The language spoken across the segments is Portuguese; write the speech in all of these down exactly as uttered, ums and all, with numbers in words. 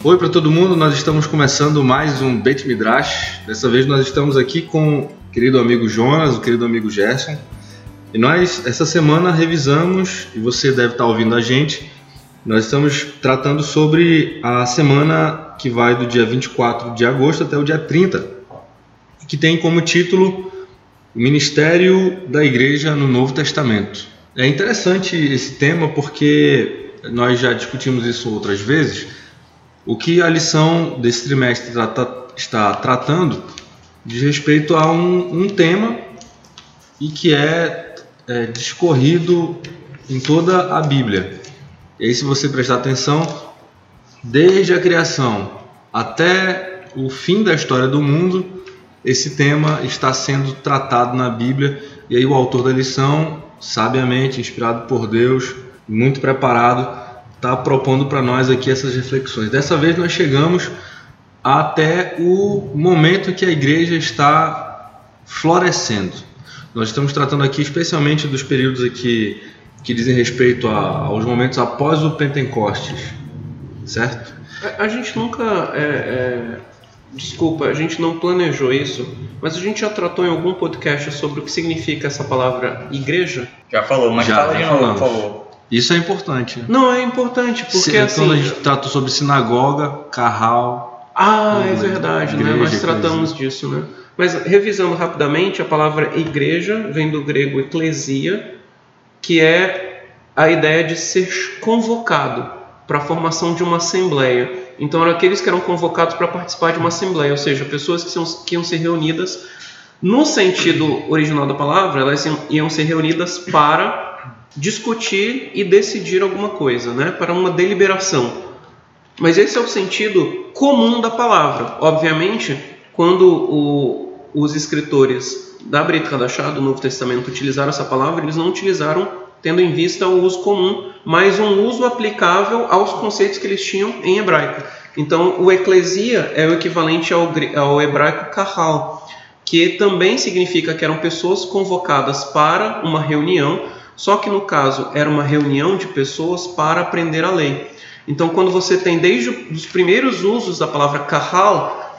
Oi para todo mundo, nós estamos começando mais um Beit Midrash. Dessa vez nós estamos aqui com o querido amigo Jonas, o querido amigo Gerson. E nós, essa semana, revisamos, e você deve estar ouvindo a gente, nós estamos tratando sobre a semana que vai do dia vinte e quatro de agosto até o dia trinta, que tem como título o Ministério da Igreja no Novo Testamento. É interessante esse tema porque nós já discutimos isso outras vezes. O que a lição desse trimestre trata, está tratando diz respeito a um, um tema e que é, é discorrido em toda a Bíblia. E aí, se você prestar atenção, desde a criação até o fim da história do mundo, esse tema está sendo tratado na Bíblia. E aí o autor da lição, sabiamente, inspirado por Deus, muito preparado, está propondo para nós aqui essas reflexões. Dessa vez nós chegamos até o momento que a igreja está florescendo. Nós estamos tratando aqui especialmente dos períodos aqui que dizem respeito a, aos momentos após o Pentecostes, certo? A, a gente nunca, é, é, desculpa, a gente não planejou isso, mas a gente já tratou em algum podcast sobre o que significa essa palavra igreja? Já falou, mas já, fala de já novo, falamos. por favor. Isso é importante. Não, é importante, porque Se, assim... Quando a gente tratou sobre sinagoga, carral... Ah, é verdade, igreja, né? Nós tratamos igreja. disso, né? Mas revisando rapidamente, a palavra igreja vem do grego eclesia, que é a ideia de ser convocado para a formação de uma assembleia. Então eram aqueles que eram convocados para participar de uma assembleia, ou seja, pessoas que, são, que iam ser reunidas, no sentido original da palavra, elas iam, iam ser reunidas para discutir e decidir alguma coisa, né? Para uma deliberação. Mas esse é o sentido comum da palavra. Obviamente, quando o, os escritores da Brit Hadashah, do Novo Testamento, utilizaram essa palavra, eles não utilizaram tendo em vista o uso comum, mas um uso aplicável aos conceitos que eles tinham em hebraico. Então, o eclesia é o equivalente ao, ao hebraico kahal, que também significa que eram pessoas convocadas para uma reunião, só que no caso era uma reunião de pessoas para aprender a lei. Então, quando você tem desde os primeiros usos da palavra kahal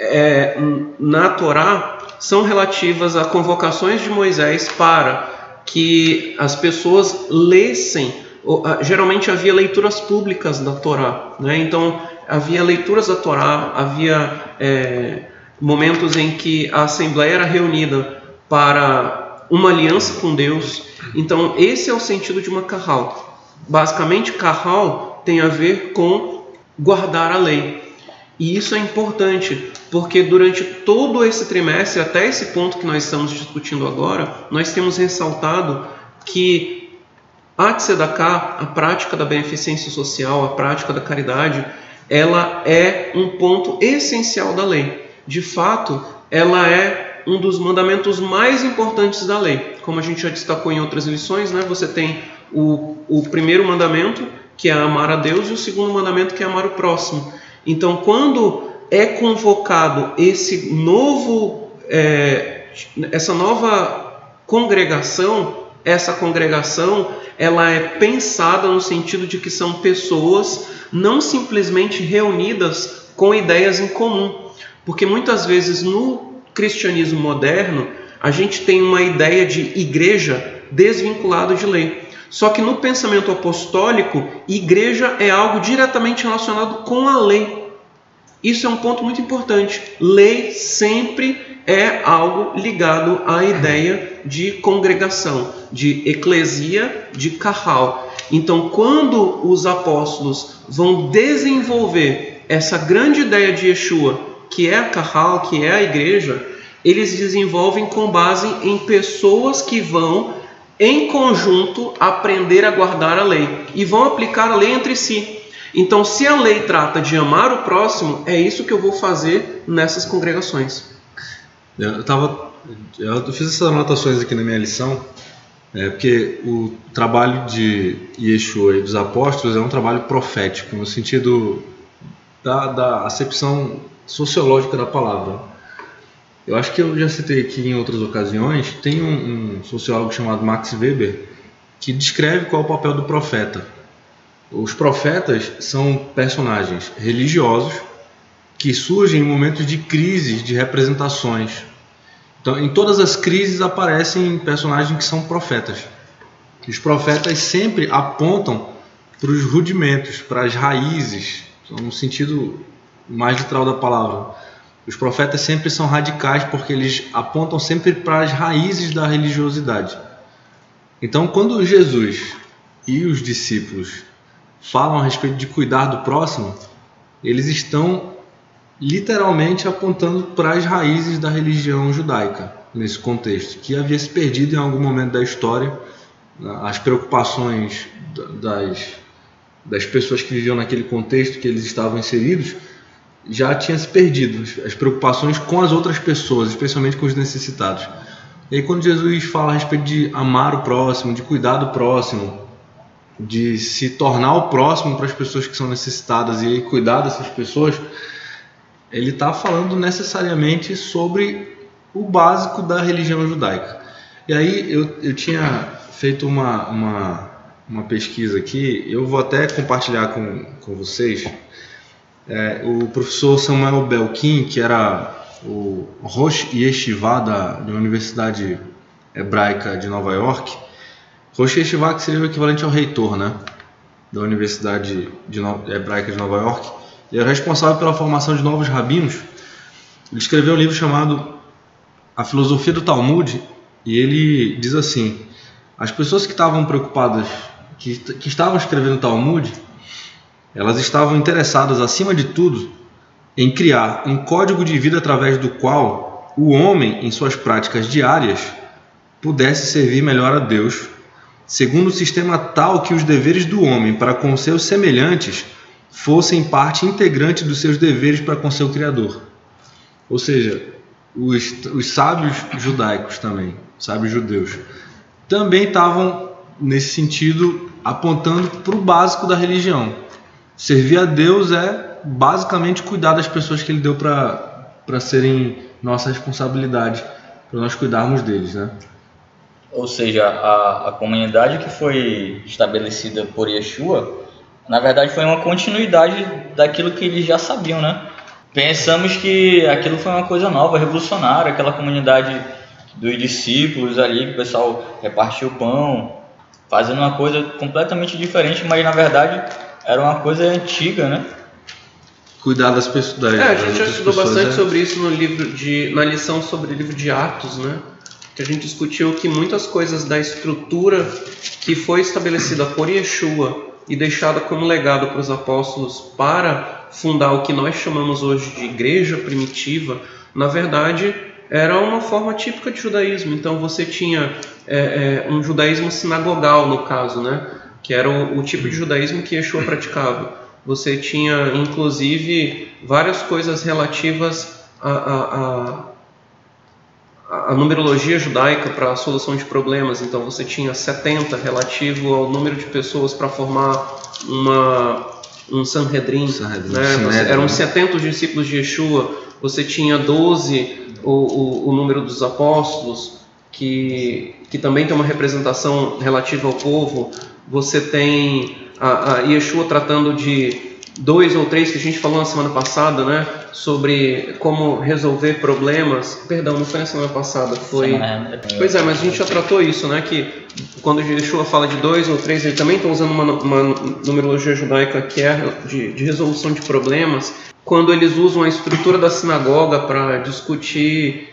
é, na Torá, são relativas a convocações de Moisés para que as pessoas lessem. Geralmente havia leituras públicas da Torá, né? Então havia leituras da Torá, havia é, momentos em que a Assembleia era reunida para uma aliança com Deus. Então esse é o sentido de uma kahal. Basicamente, kahal tem a ver com guardar a lei. E isso é importante, porque durante todo esse trimestre, até esse ponto que nós estamos discutindo agora, nós temos ressaltado que a tzedakah, a prática da beneficência social, a prática da caridade, ela é um ponto essencial da lei. De fato, ela é um dos mandamentos mais importantes da lei. Como a gente já destacou em outras lições, né? Você tem o, o primeiro mandamento, que é amar a Deus, e o segundo mandamento, que é amar o próximo. Então, quando é convocado esse novo, é, essa nova congregação, essa congregação ela é pensada no sentido de que são pessoas não simplesmente reunidas com ideias em comum. Porque muitas vezes no cristianismo moderno, a gente tem uma ideia de igreja desvinculada de lei. Só que no pensamento apostólico, igreja é algo diretamente relacionado com a lei. Isso é um ponto muito importante. Lei sempre é algo ligado à ideia de congregação, de eclesia, de kahal. Então, quando os apóstolos vão desenvolver essa grande ideia de Yeshua, que é a kahal, que é a igreja, eles desenvolvem com base em pessoas que vão em conjunto aprender a guardar a lei e vão aplicar a lei entre si. Então, se a lei trata de amar o próximo, é isso que eu vou fazer nessas congregações. Eu, tava, eu fiz essas anotações aqui na minha lição, é, porque o trabalho de Yeshua e dos apóstolos é um trabalho profético, no sentido da, da acepção sociológica da palavra. Eu acho que eu já citei aqui em outras ocasiões, tem um, um sociólogo chamado Max Weber que descreve qual é o papel do profeta. Os profetas são personagens religiosos que surgem em momentos de crises de representações. Então, em todas as crises aparecem personagens que são profetas. Os profetas sempre apontam para os rudimentos, para as raízes, no sentido mais literal da palavra. Os profetas sempre são radicais porque eles apontam sempre para as raízes da religiosidade. Então, quando Jesus e os discípulos falam a respeito de cuidar do próximo, eles estão literalmente apontando para as raízes da religião judaica, nesse contexto, que havia se perdido em algum momento da história. As preocupações das, das pessoas que viviam naquele contexto que eles estavam inseridos já tinham se perdido, as preocupações com as outras pessoas, especialmente com os necessitados. E aí, quando Jesus fala a respeito de amar o próximo, de cuidar do próximo, de se tornar o próximo para as pessoas que são necessitadas e aí cuidar dessas pessoas, ele está falando necessariamente sobre o básico da religião judaica. E aí eu, eu tinha feito uma, uma, uma pesquisa aqui, eu vou até compartilhar com, com vocês. É, o professor Samuel Belkin, que era o Rosh Yeshiva da, da Universidade Hebraica de Nova York, Rosh Yeshiva que seria o equivalente ao reitor, né, da Universidade de no, Hebraica de Nova York, ele era responsável pela formação de novos rabinos. Ele escreveu um livro chamado A Filosofia do Talmud, e ele diz assim: as pessoas que estavam preocupadas, que, que estavam escrevendo o Talmud, elas estavam interessadas, acima de tudo, em criar um código de vida através do qual o homem, em suas práticas diárias, pudesse servir melhor a Deus, segundo um sistema tal que os deveres do homem para com seus semelhantes fossem parte integrante dos seus deveres para com seu Criador. Ou seja, os, os sábios judaicos também, sábios judeus, também estavam, nesse sentido, apontando para o básico da religião. Servir a Deus é basicamente cuidar das pessoas que Ele deu para para serem nossa responsabilidade, para nós cuidarmos deles, né? Ou seja, a, a comunidade que foi estabelecida por Yeshua, na verdade foi uma continuidade daquilo que eles já sabiam, né? Pensamos que aquilo foi uma coisa nova, revolucionária, aquela comunidade dos discípulos ali, que o pessoal repartiu o pão, fazendo uma coisa completamente diferente, mas na verdade era uma coisa antiga, né? Cuidar das pessoas. Das, é, a gente já estudou bastante é... sobre isso no livro de, na lição sobre o livro de Atos, né? Que a gente discutiu que muitas coisas da estrutura que foi estabelecida por Yeshua e deixada como legado para os apóstolos para fundar o que nós chamamos hoje de igreja primitiva, na verdade era uma forma típica de judaísmo. Então você tinha é, é, um judaísmo sinagogal, no caso, né? Que era o, o tipo de judaísmo que Yeshua praticava. Você tinha, inclusive, várias coisas relativas a, a, a, a numerologia judaica para a solução de problemas. Então você tinha setenta relativo ao número de pessoas para formar uma, um Sanhedrin. Sanhedrin né? Eram setenta os discípulos de Yeshua. Você tinha doze o, o, o número dos apóstolos, que, que também tem uma representação relativa ao povo. Você tem a, a Yeshua tratando de dois ou três que a gente falou na semana passada, né? Sobre como resolver problemas. Perdão, não foi na semana passada, foi... Pois é, mas a gente já tratou isso, né? Que quando Yeshua fala de dois ou três, ele também está usando uma, uma numerologia judaica que é de, de resolução de problemas. Quando eles usam a estrutura da sinagoga para discutir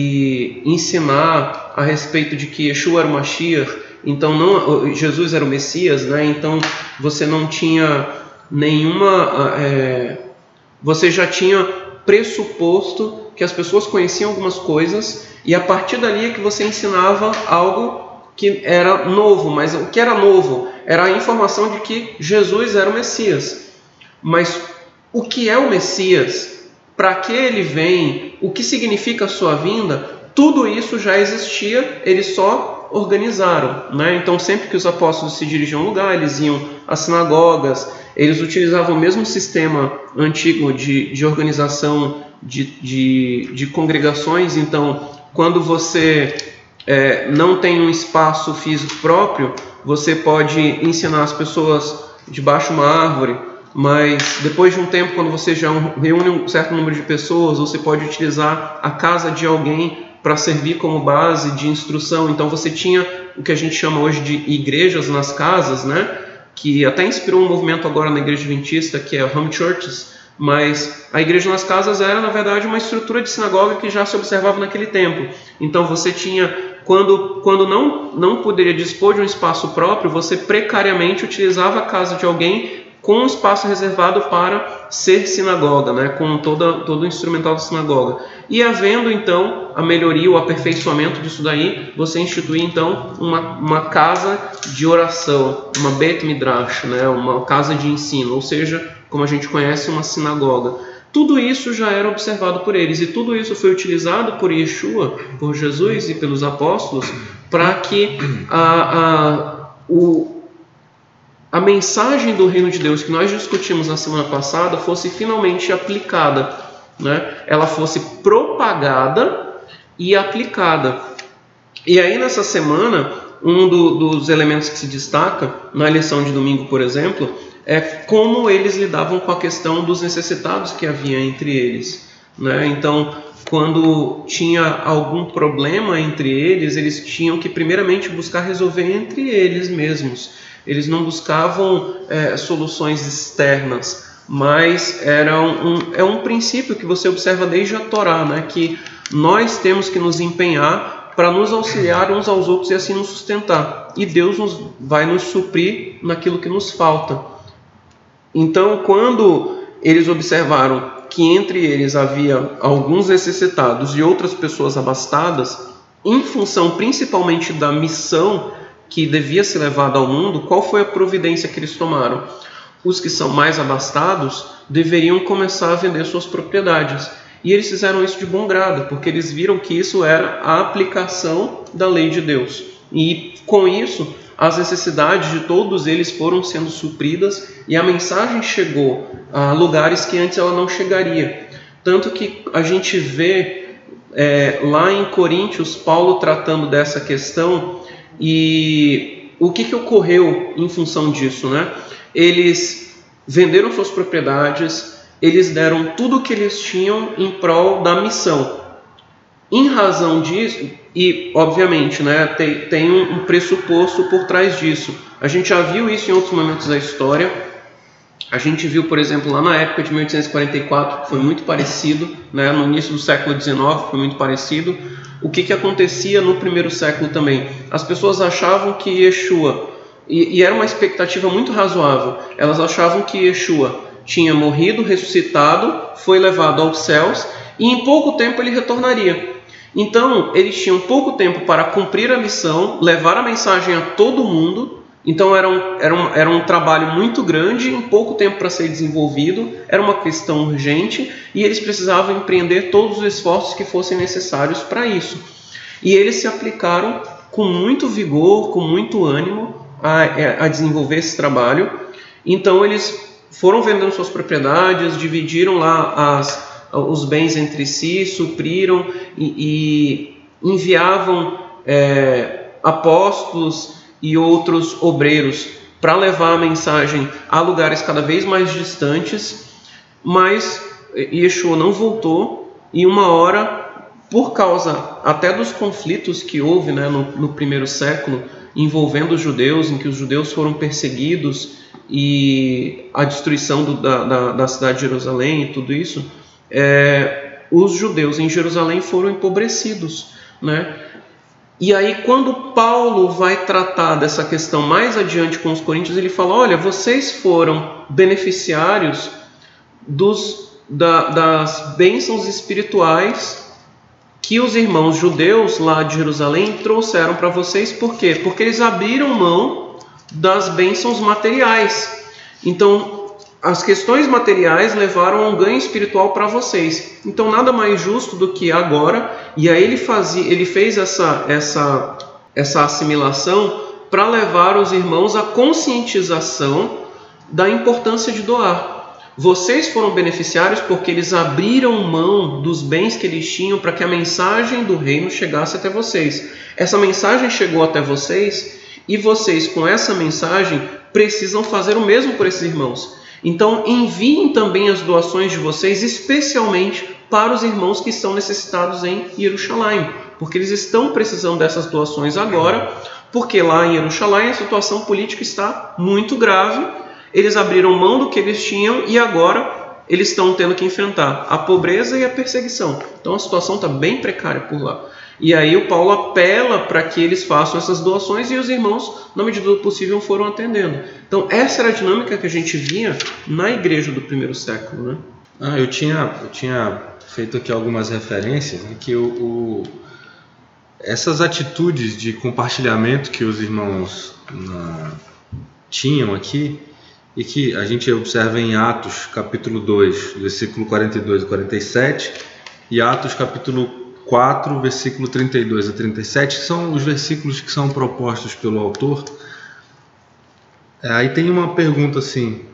e ensinar a respeito de que Yeshua era o Mashiach, então não, Jesus era o Messias, né? Então você não tinha nenhuma... É, você já tinha pressuposto que as pessoas conheciam algumas coisas e a partir dali é que você ensinava algo que era novo. Mas o que era novo era a informação de que Jesus era o Messias. Mas o que é o Messias? Para que ele vem? O que significa a sua vinda? Tudo isso já existia, eles só organizaram, né? Então sempre que os apóstolos se dirigiam a um lugar, eles iam às sinagogas, eles utilizavam o mesmo sistema antigo de, de organização de, de, de congregações. Então quando você é, não tem um espaço físico próprio, você pode ensinar as pessoas debaixo de uma árvore, mas depois de um tempo, quando você já reúne um certo número de pessoas, você pode utilizar a casa de alguém para servir como base de instrução. Então você tinha o que a gente chama hoje de igrejas nas casas, né? Que até inspirou um movimento agora na igreja adventista, que é home churches, mas a igreja nas casas era, na verdade, uma estrutura de sinagoga que já se observava naquele tempo. Então você tinha, quando, quando não, não poderia dispor de um espaço próprio, você precariamente utilizava a casa de alguém com um espaço reservado para ser sinagoga, né, com toda, todo o instrumental da sinagoga. E havendo então a melhoria, o aperfeiçoamento disso daí, você institui então uma, uma casa de oração, uma Bet Midrash, né, uma casa de ensino, ou seja, como a gente conhece, uma sinagoga. Tudo isso já era observado por eles, e tudo isso foi utilizado por Yeshua, por Jesus e pelos apóstolos, para que a, a, o a mensagem do reino de Deus que nós discutimos na semana passada fosse finalmente aplicada, né? Ela fosse propagada e aplicada. E aí nessa semana, um do, dos elementos que se destaca, na lição de domingo, por exemplo, é como eles lidavam com a questão dos necessitados que havia entre eles, né? Então, quando tinha algum problema entre eles, eles tinham que primeiramente buscar resolver entre eles mesmos. Eles não buscavam é, soluções externas, mas era um, um, é um princípio que você observa desde a Torá, né? Que nós temos que nos empenhar para nos auxiliar uns aos outros e assim nos sustentar. E Deus nos, vai nos suprir naquilo que nos falta. Então, quando eles observaram que entre eles havia alguns necessitados e outras pessoas abastadas, em função principalmente da missão que devia ser levada ao mundo, qual foi a providência que eles tomaram? Os que são mais abastados deveriam começar a vender suas propriedades. E eles fizeram isso de bom grado, porque eles viram que isso era a aplicação da lei de Deus. E com isso, as necessidades de todos eles foram sendo supridas e a mensagem chegou a lugares que antes ela não chegaria. Tanto que a gente vê é, lá em Coríntios, Paulo tratando dessa questão. E o que, que ocorreu em função disso, né? Eles venderam suas propriedades, eles deram tudo o que eles tinham em prol da missão. Em razão disso, e obviamente, né, tem, tem um, um pressuposto por trás disso. A gente já viu isso em outros momentos da história. A gente viu, por exemplo, lá na época de mil oitocentos e quarenta e quatro, que foi muito parecido, né, no início do século dezenove, foi muito parecido. O que, que acontecia no primeiro século também? As pessoas achavam que Yeshua, e, e era uma expectativa muito razoável, elas achavam que Yeshua tinha morrido, ressuscitado, foi levado aos céus, e em pouco tempo ele retornaria. Então, eles tinham pouco tempo para cumprir a missão, levar a mensagem a todo mundo. Então era um, era, um, era um trabalho muito grande, em pouco tempo para ser desenvolvido, era uma questão urgente e eles precisavam empreender todos os esforços que fossem necessários para isso. E eles se aplicaram com muito vigor, com muito ânimo a, a desenvolver esse trabalho. Então eles foram vendendo suas propriedades, dividiram lá as, os bens entre si, supriram e, e enviavam é, apóstolos e outros obreiros para levar a mensagem a lugares cada vez mais distantes, mas Yeshua não voltou e uma hora, por causa até dos conflitos que houve, né, no, no primeiro século, envolvendo os judeus, em que os judeus foram perseguidos e a destruição do, da, da, da cidade de Jerusalém e tudo isso, é, os judeus em Jerusalém foram empobrecidos, né? E aí, quando Paulo vai tratar dessa questão mais adiante com os coríntios, ele fala, olha, vocês foram beneficiários dos, da, das bênçãos espirituais que os irmãos judeus lá de Jerusalém trouxeram para vocês. Por quê? Porque eles abriram mão das bênçãos materiais. Então, as questões materiais levaram a um ganho espiritual para vocês. Então, nada mais justo do que agora. E aí ele, fazia, ele fez essa, essa, essa assimilação para levar os irmãos à conscientização da importância de doar. Vocês foram beneficiários porque eles abriram mão dos bens que eles tinham para que a mensagem do reino chegasse até vocês. Essa mensagem chegou até vocês E vocês, com essa mensagem, precisam fazer o mesmo por esses irmãos. Então, enviem também as doações de vocês, especialmente para os irmãos que estão necessitados em Jerusalém, porque eles estão precisando dessas doações agora, porque lá em Jerusalém a situação política está muito grave. Eles abriram mão do que eles tinham e agora eles estão tendo que enfrentar a pobreza e a perseguição. Então a situação está bem precária por lá. E aí o Paulo apela para que eles façam essas doações e os irmãos, na medida do possível, foram atendendo. Então essa era a dinâmica que a gente via na igreja do primeiro século, né? Ah, eu tinha, eu tinha feito aqui algumas referências, né, que o, o, essas atitudes de compartilhamento que os irmãos na, tinham aqui, e que a gente observa em Atos capítulo dois, versículo quarenta e dois a quarenta e sete, e Atos capítulo quatro, versículo trinta e dois a trinta e sete, são os versículos que são propostos pelo autor. É, aí tem uma pergunta assim,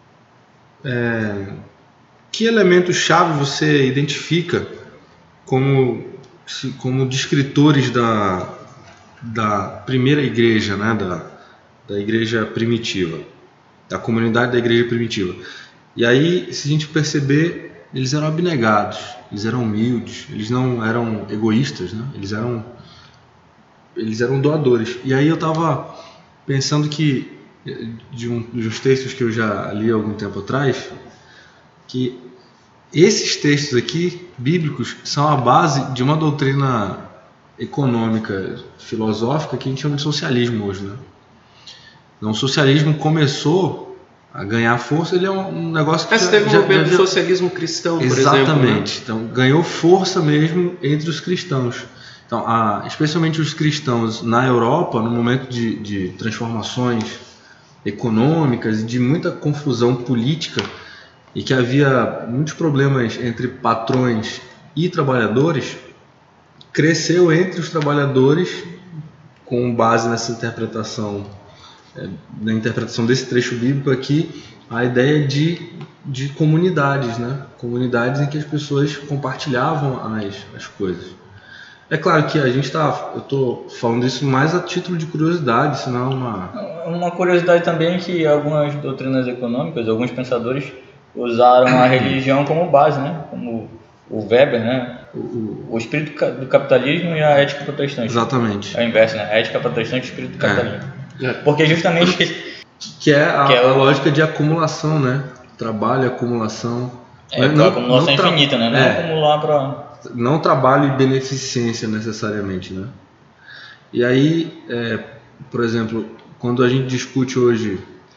é, que elemento-chave você identifica como, como descritores da, da primeira igreja, né, da, da igreja primitiva, da comunidade da igreja primitiva? E aí, se a gente perceber, eles eram abnegados, eles eram humildes, eles não eram egoístas, né? Eles eram, eles eram doadores. E aí eu estava pensando que, de um dos textos que eu já li há algum tempo atrás, que esses textos aqui, bíblicos, são a base de uma doutrina econômica, filosófica, que a gente chama de socialismo hoje, né? Então, o socialismo começou a ganhar força, ele é um negócio que... Mas já, teve um já, movimento já, do socialismo cristão, por exatamente, exemplo. Exatamente. Né? Então, ganhou força mesmo entre os cristãos. Então, a, especialmente os cristãos na Europa, no momento de, de transformações econômicas e de muita confusão política, e que havia muitos problemas entre patrões e trabalhadores, cresceu entre os trabalhadores, com base nessa interpretação, é, na interpretação desse trecho bíblico aqui, a ideia de, de comunidades, né? Comunidades em que as pessoas compartilhavam as, as coisas. É claro que a gente está, eu estou falando isso mais a título de curiosidade, senão uma... Uma curiosidade também é que algumas doutrinas econômicas, alguns pensadores usaram a religião como base, né? Como o Weber, né? O, o, o espírito do capitalismo e a ética protestante. Exatamente. É o inverso, né? A ética protestante e o espírito do capitalismo. É. Porque justamente... Que, que é a, que é o, a lógica de acumulação, né? Trabalho, acumulação... É, não, a acumulação não tra... infinita, né? Não é, acumular para... Não trabalho e beneficência necessariamente, né? E aí, é, por exemplo, quando a gente discute hoje...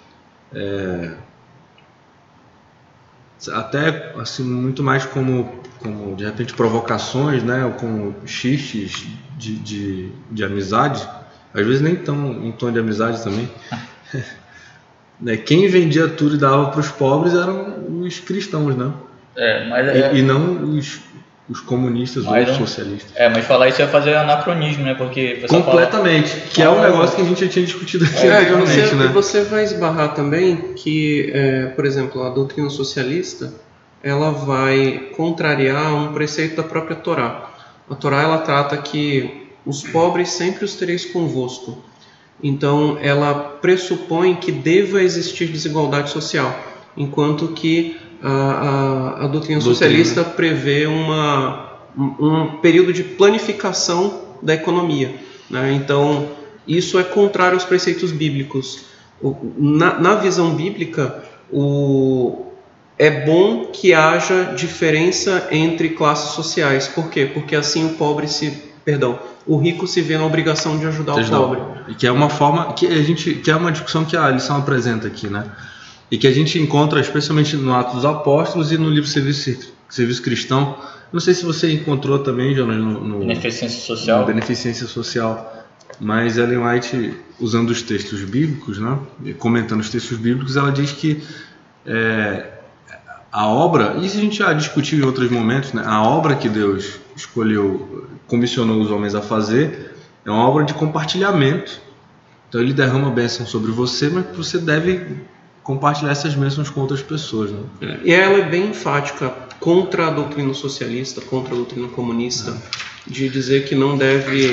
É, até assim, muito mais como, como de repente provocações, né, ou como xistes de, de, de amizade, às vezes nem tão em tom de amizade também. Né, quem vendia tudo e dava para os pobres eram os cristãos, né? É, mas é... e, e não os, os comunistas mas ou os socialistas. É, mas falar isso é fazer anacronismo, né? Porque completamente, fala... que é um negócio que a gente já tinha discutido aqui é, anteriormente, você, né? Você vai esbarrar também que, é, por exemplo, a doutrina socialista, ela vai contrariar um preceito da própria Torá. A Torá, ela trata que os pobres sempre os tereis convosco. Então, ela pressupõe que deva existir desigualdade social, enquanto que a, a, a doutrina socialista doutrina. prevê uma, um, um período de planificação da economia, né? Então, isso é contrário aos preceitos bíblicos. Na, na visão bíblica, o, é bom que haja diferença entre classes sociais. Por quê? Porque assim o pobre se... Perdão, o rico se vê na obrigação de ajudar o pobre. E que é uma forma, que a gente, que é uma discussão que a lição apresenta aqui, né? E que a gente encontra especialmente no Atos dos Apóstolos e no livro Serviço, Serviço Cristão. Não sei se você encontrou também, Jonas, no, no Beneficência Social. No Beneficência Social. Mas Ellen White, usando os textos bíblicos, né? Comentando os textos bíblicos, ela diz que é, a obra, isso a gente já discutiu em outros momentos, né? A obra que Deus escolheu, comissionou os homens a fazer, é uma obra de compartilhamento. Então ele derrama a bênção sobre você, mas você deve compartilhar essas bênçãos com outras pessoas, né? É, e ela é bem enfática contra a doutrina socialista, contra a doutrina comunista, é. de dizer que não deve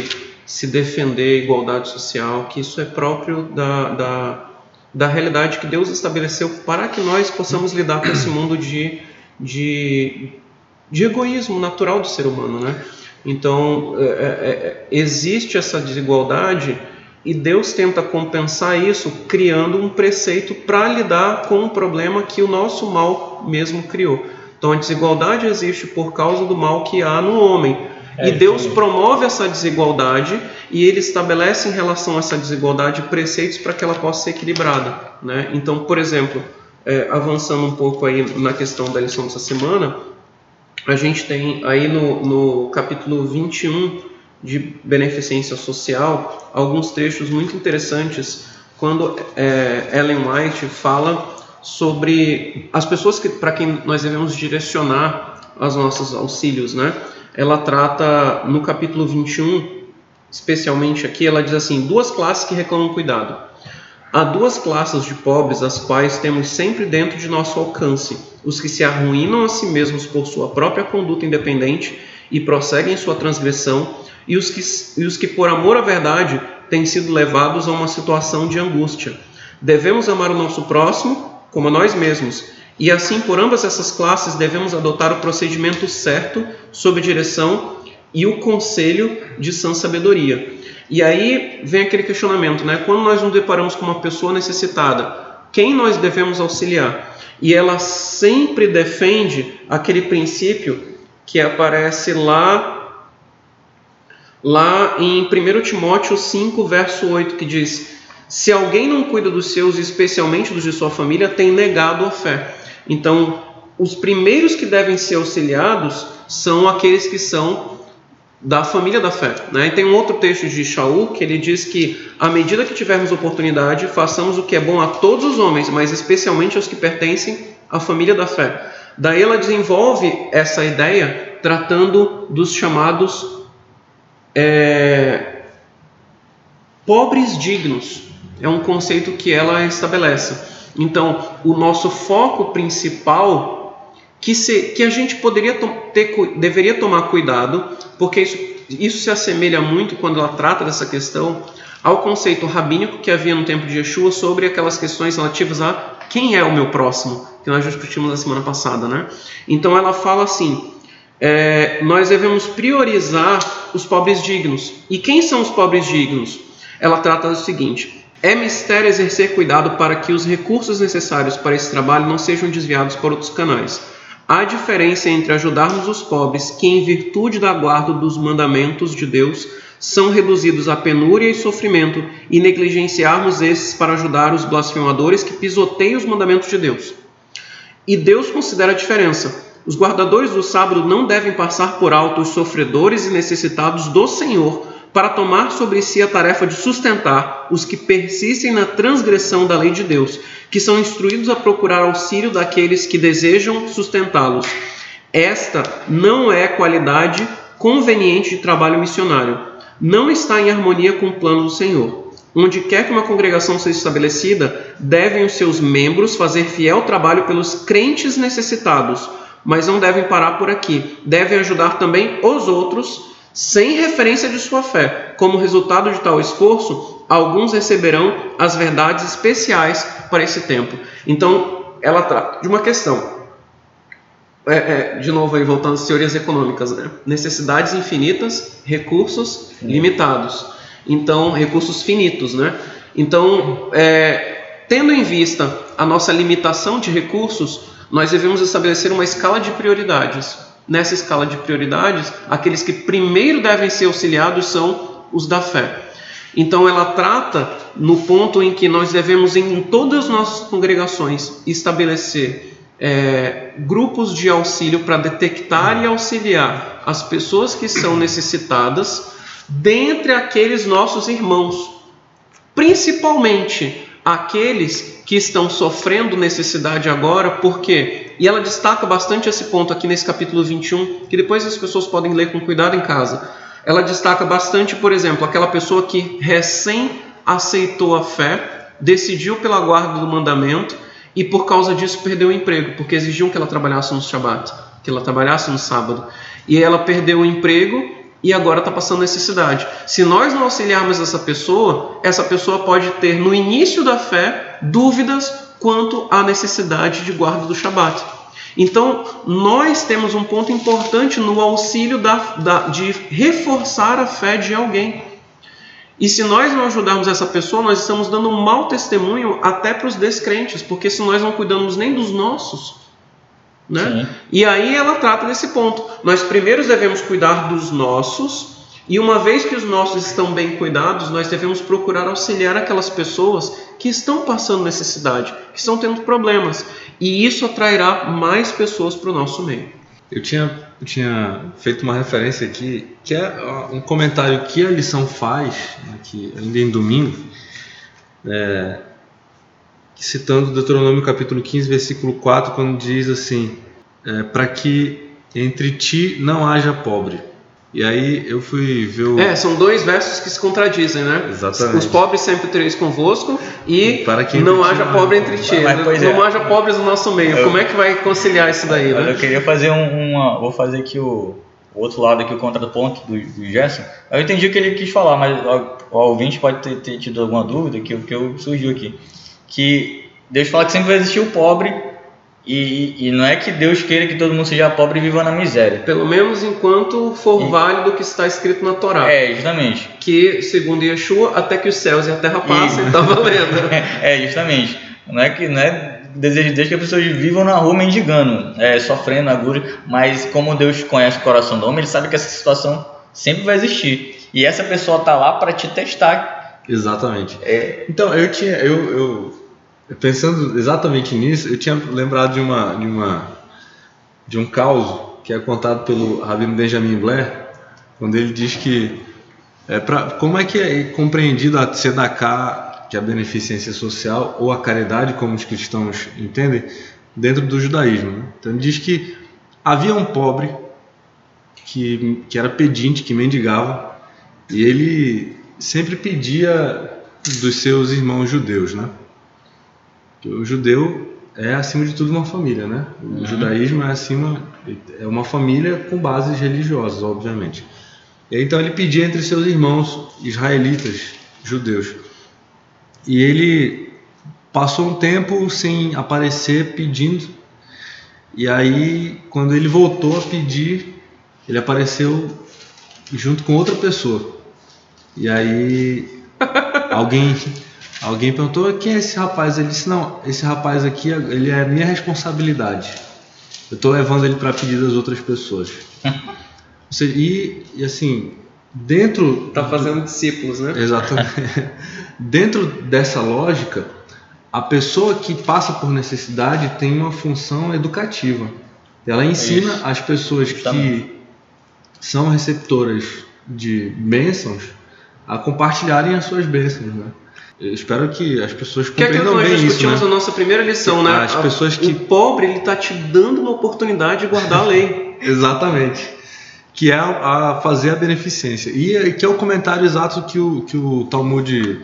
se defender, igualdade social, que isso é próprio da, da, da realidade que Deus estabeleceu para que nós possamos lidar com esse mundo de, de, de egoísmo natural do ser humano, né? Então, é, é, existe essa desigualdade e Deus tenta compensar isso criando um preceito para lidar com um problema que o nosso mal mesmo criou. Então, a desigualdade existe por causa do mal que há no homem. É, e Deus sim. promove essa desigualdade e Ele estabelece em relação a essa desigualdade preceitos para que ela possa ser equilibrada, né? Então, por exemplo, é, avançando um pouco aí na questão da lição dessa semana, a gente tem aí no, no capítulo vinte e um de Beneficência Social alguns trechos muito interessantes quando é, Ellen White fala sobre as pessoas que, para quem nós devemos direcionar os nossos auxílios, né? Ela trata no capítulo vinte e um, especialmente aqui, ela diz assim: duas classes que reclamam cuidado. Há duas classes de pobres as quais temos sempre dentro de nosso alcance: os que se arruinam a si mesmos por sua própria conduta independente e prosseguem sua transgressão, e os que, e os que por amor à verdade têm sido levados a uma situação de angústia. Devemos amar o nosso próximo como a nós mesmos, e assim por ambas essas classes devemos adotar o procedimento certo sob direção e o conselho de sã sabedoria. E aí vem aquele questionamento, né? Quando nós nos deparamos com uma pessoa necessitada, quem nós devemos auxiliar? E ela sempre defende aquele princípio que aparece lá, lá em primeiro Timóteo cinco, verso oito, que diz: se alguém não cuida dos seus, especialmente dos de sua família, tem negado a fé. Então, os primeiros que devem ser auxiliados são aqueles que são da família da fé, né? E tem um outro texto de Shaul que ele diz que, à medida que tivermos oportunidade, façamos o que é bom a todos os homens, mas especialmente aos que pertencem à família da fé. Daí ela desenvolve essa ideia tratando dos chamados é, pobres dignos. É um conceito que ela estabelece. Então, o nosso foco principal, que, se, que a gente poderia ter, deveria tomar cuidado, porque isso, isso se assemelha muito, quando ela trata dessa questão, ao conceito rabínico que havia no tempo de Yeshua sobre aquelas questões relativas a quem é o meu próximo, que nós discutimos na semana passada, né? Então, ela fala assim: é, nós devemos priorizar os pobres dignos. E quem são os pobres dignos? Ela trata do seguinte: é mistério exercer cuidado para que os recursos necessários para esse trabalho não sejam desviados por outros canais. Há diferença entre ajudarmos os pobres que, em virtude da guarda dos mandamentos de Deus, são reduzidos à penúria e sofrimento, e negligenciarmos esses para ajudar os blasfemadores que pisoteiam os mandamentos de Deus. E Deus considera a diferença. Os guardadores do sábado não devem passar por alto os sofredores e necessitados do Senhor, para tomar sobre si a tarefa de sustentar os que persistem na transgressão da lei de Deus, que são instruídos a procurar auxílio daqueles que desejam sustentá-los. Esta não é qualidade conveniente de trabalho missionário. Não está em harmonia com o plano do Senhor. Onde quer que uma congregação seja estabelecida, devem os seus membros fazer fiel trabalho pelos crentes necessitados, mas não devem parar por aqui. Devem ajudar também os outros, sem referência de sua fé. Como resultado de tal esforço, alguns receberão as verdades especiais para esse tempo. Então, ela trata de uma questão, é, é, de novo aí voltando às teorias econômicas, né? Necessidades infinitas, recursos limitados. Então, recursos finitos, né? Então, é, tendo em vista a nossa limitação de recursos, nós devemos estabelecer uma escala de prioridades. Nessa escala de prioridades, aqueles que primeiro devem ser auxiliados são os da fé. Então ela trata no ponto em que nós devemos, em todas as nossas congregações, estabelecer é, grupos de auxílio para detectar e auxiliar as pessoas que são necessitadas dentre aqueles nossos irmãos, principalmente aqueles que estão sofrendo necessidade agora. Por quê? E ela destaca bastante esse ponto aqui nesse capítulo vinte e um, que depois as pessoas podem ler com cuidado em casa. Ela destaca bastante, por exemplo, aquela pessoa que recém aceitou a fé, decidiu pela guarda do mandamento e por causa disso perdeu o emprego, porque exigiam que ela trabalhasse no Shabat, que ela trabalhasse no sábado. E ela perdeu o emprego e agora está passando necessidade. Se nós não auxiliarmos essa pessoa, essa pessoa pode ter no início da fé dúvidas quanto à necessidade de guarda do Shabat. Então, nós temos um ponto importante no auxílio da, da, de reforçar a fé de alguém. E se nós não ajudarmos essa pessoa, nós estamos dando um mau testemunho até para os descrentes, porque se nós não cuidamos nem dos nossos, né? E aí ela trata desse ponto. Nós primeiro devemos cuidar dos nossos, e uma vez que os nossos estão bem cuidados, nós devemos procurar auxiliar aquelas pessoas que estão passando necessidade, que estão tendo problemas. E isso atrairá mais pessoas para o nosso meio. Eu tinha, eu tinha feito uma referência aqui, que é um comentário que a lição faz, né, que ainda em domingo, é, citando Deuteronômio capítulo quinze, versículo quatro, quando diz assim, é, para que entre ti não haja pobre. E aí eu fui ver o... É, são dois versos que se contradizem, né? Exatamente. Os pobres sempre tereis convosco e para que não haja pobre entre ti. Mas, não é. não haja pobres no nosso meio. Eu, Como é que vai conciliar isso daí, né? Eu queria fazer um, uma... Vou fazer aqui o, o outro lado, aqui o contraponto do, do Gerson. Eu entendi o que ele quis falar, mas o, o ouvinte pode ter, ter tido alguma dúvida, que, que eu, surgiu aqui. Que Deus fala que sempre vai existir o pobre. E, e não é que Deus queira que todo mundo seja pobre e viva na miséria. Pelo menos enquanto for e, válido o que está escrito na Torá. É, justamente. Que, segundo Yeshua, até que os céus e a terra passem, está valendo. É, justamente. Não é que não é desejo de Deus que as pessoas vivam na rua mendigando, é, sofrendo, agulha, mas como Deus conhece o coração do homem, Ele sabe que essa situação sempre vai existir. E essa pessoa está lá para te testar. Exatamente. É. Então, eu tinha... Eu, eu... Pensando exatamente nisso, eu tinha lembrado de uma de uma de um caos que é contado pelo Rabino Benjamin Blair, quando ele diz que é pra, como é que é compreendido a tzedakah, que é a beneficência social, ou a caridade, como os cristãos entendem, dentro do judaísmo, né? Então ele diz que havia um pobre que, que era pedinte, que mendigava, e ele sempre pedia dos seus irmãos judeus, né? O judeu é, acima de tudo, uma família, né? O uhum. judaísmo é acima, é uma família com bases religiosas, obviamente. E então ele pedia entre seus irmãos israelitas, judeus. E ele passou um tempo sem aparecer pedindo. E aí, quando ele voltou a pedir, ele apareceu junto com outra pessoa. E aí, alguém... Alguém perguntou, quem é esse rapaz? Ele disse, não, esse rapaz aqui, ele é minha responsabilidade. Eu estou levando ele para pedir das outras pessoas. e, e assim, dentro... Está fazendo discípulos, né? Exatamente. Dentro dessa lógica, a pessoa que passa por necessidade tem uma função educativa. Ela ensina é as pessoas Justamente. que são receptoras de bênçãos a compartilharem as suas bênçãos, né? Eu espero que as pessoas compreendam bem isso, né? Que é que nós discutimos na nossa primeira lição, né? As pessoas que... O pobre, ele está te dando uma oportunidade de guardar a lei. Exatamente. Que é a fazer a beneficência. E que é o comentário exato que o, que o Talmud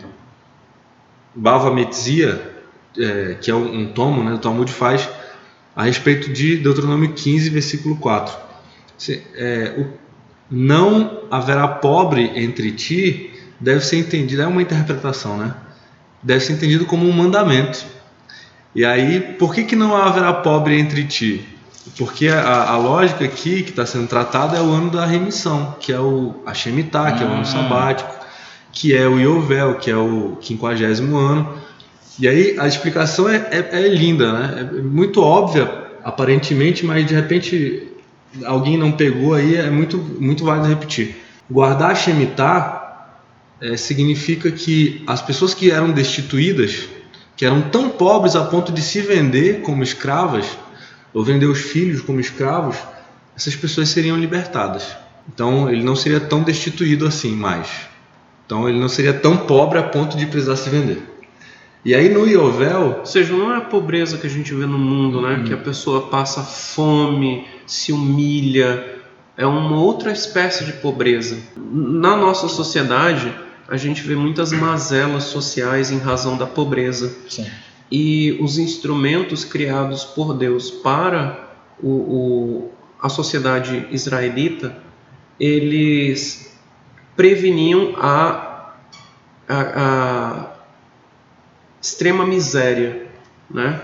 Bava Metzia, é, que é um, um tomo, né, do Talmud, faz a respeito de Deuteronômio quinze, versículo quatro. É, o, não haverá pobre entre ti, deve ser entendido, é uma interpretação, né? Deve ser entendido como um mandamento. E aí, por que, que não haverá pobre entre ti? Porque a, a lógica aqui que está sendo tratada é o ano da remissão, que é o a Shemitah, que é o ano sabático, que é o Yovel, que é o quinquagésimo ano. E aí a explicação é, é, é linda, né? É muito óbvia, aparentemente, mas de repente alguém não pegou aí, é muito, muito válido repetir. Guardar a Shemitah É, significa que as pessoas que eram destituídas, que eram tão pobres a ponto de se vender como escravas, ou vender os filhos como escravos, essas pessoas seriam libertadas. Então ele não seria tão destituído assim mais. Então ele não seria tão pobre a ponto de precisar se vender. E aí no Yovel... Ou seja, não é a pobreza que a gente vê no mundo, né? Hum. Que a pessoa passa fome, se humilha. É uma outra espécie de pobreza. Na nossa sociedade, a gente vê muitas mazelas sociais em razão da pobreza. Sim. E os instrumentos criados por Deus para o, o, a sociedade israelita eles preveniam a, a, a extrema miséria, né?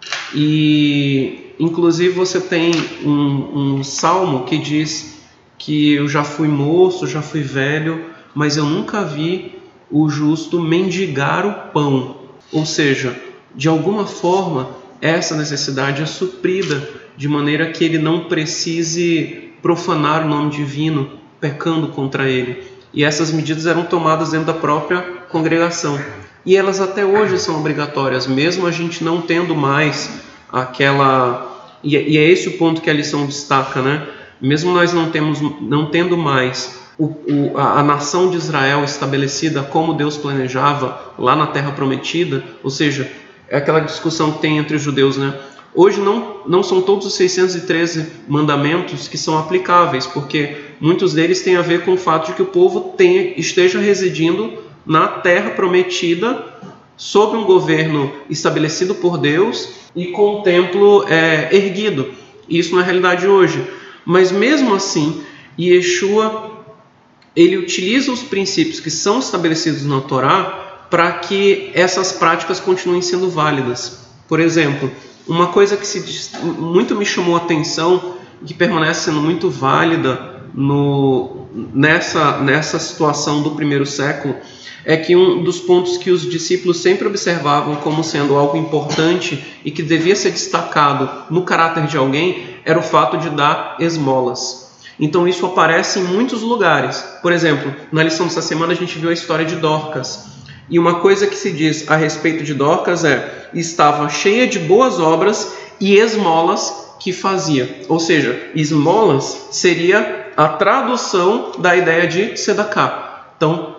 E inclusive você tem um, um salmo que diz que eu já fui moço, já fui velho, mas eu nunca vi o justo mendigar o pão. Ou seja, de alguma forma essa necessidade é suprida de maneira que ele não precise profanar o nome divino pecando contra ele. E essas medidas eram tomadas dentro da própria congregação. E elas até hoje são obrigatórias, mesmo a gente não tendo mais aquela... E é esse o ponto que a lição destaca, né? Mesmo nós não, temos, não tendo mais o, o, a, a nação de Israel estabelecida como Deus planejava lá na Terra Prometida, ou seja, é aquela discussão que tem entre os judeus, né? Hoje não, não são todos os seiscentos e treze mandamentos que são aplicáveis, porque muitos deles têm a ver com o fato de que o povo tenha, esteja residindo na Terra Prometida, sob um governo estabelecido por Deus e com o templo é, erguido. Isso não é realidade hoje. Mas mesmo assim, Yeshua, ele utiliza os princípios que são estabelecidos na Torá para que essas práticas continuem sendo válidas. Por exemplo, uma coisa que se, muito me chamou a atenção e que permanece sendo muito válida no, nessa, nessa situação do primeiro século é que um dos pontos que os discípulos sempre observavam como sendo algo importante e que devia ser destacado no caráter de alguém era o fato de dar esmolas. Então isso aparece em muitos lugares. Por exemplo, na lição dessa semana a gente viu a história de Dorcas. E uma coisa que se diz a respeito de Dorcas é: estava cheia de boas obras e esmolas que fazia. Ou seja, esmolas seria a tradução da ideia de tzedakah. Então,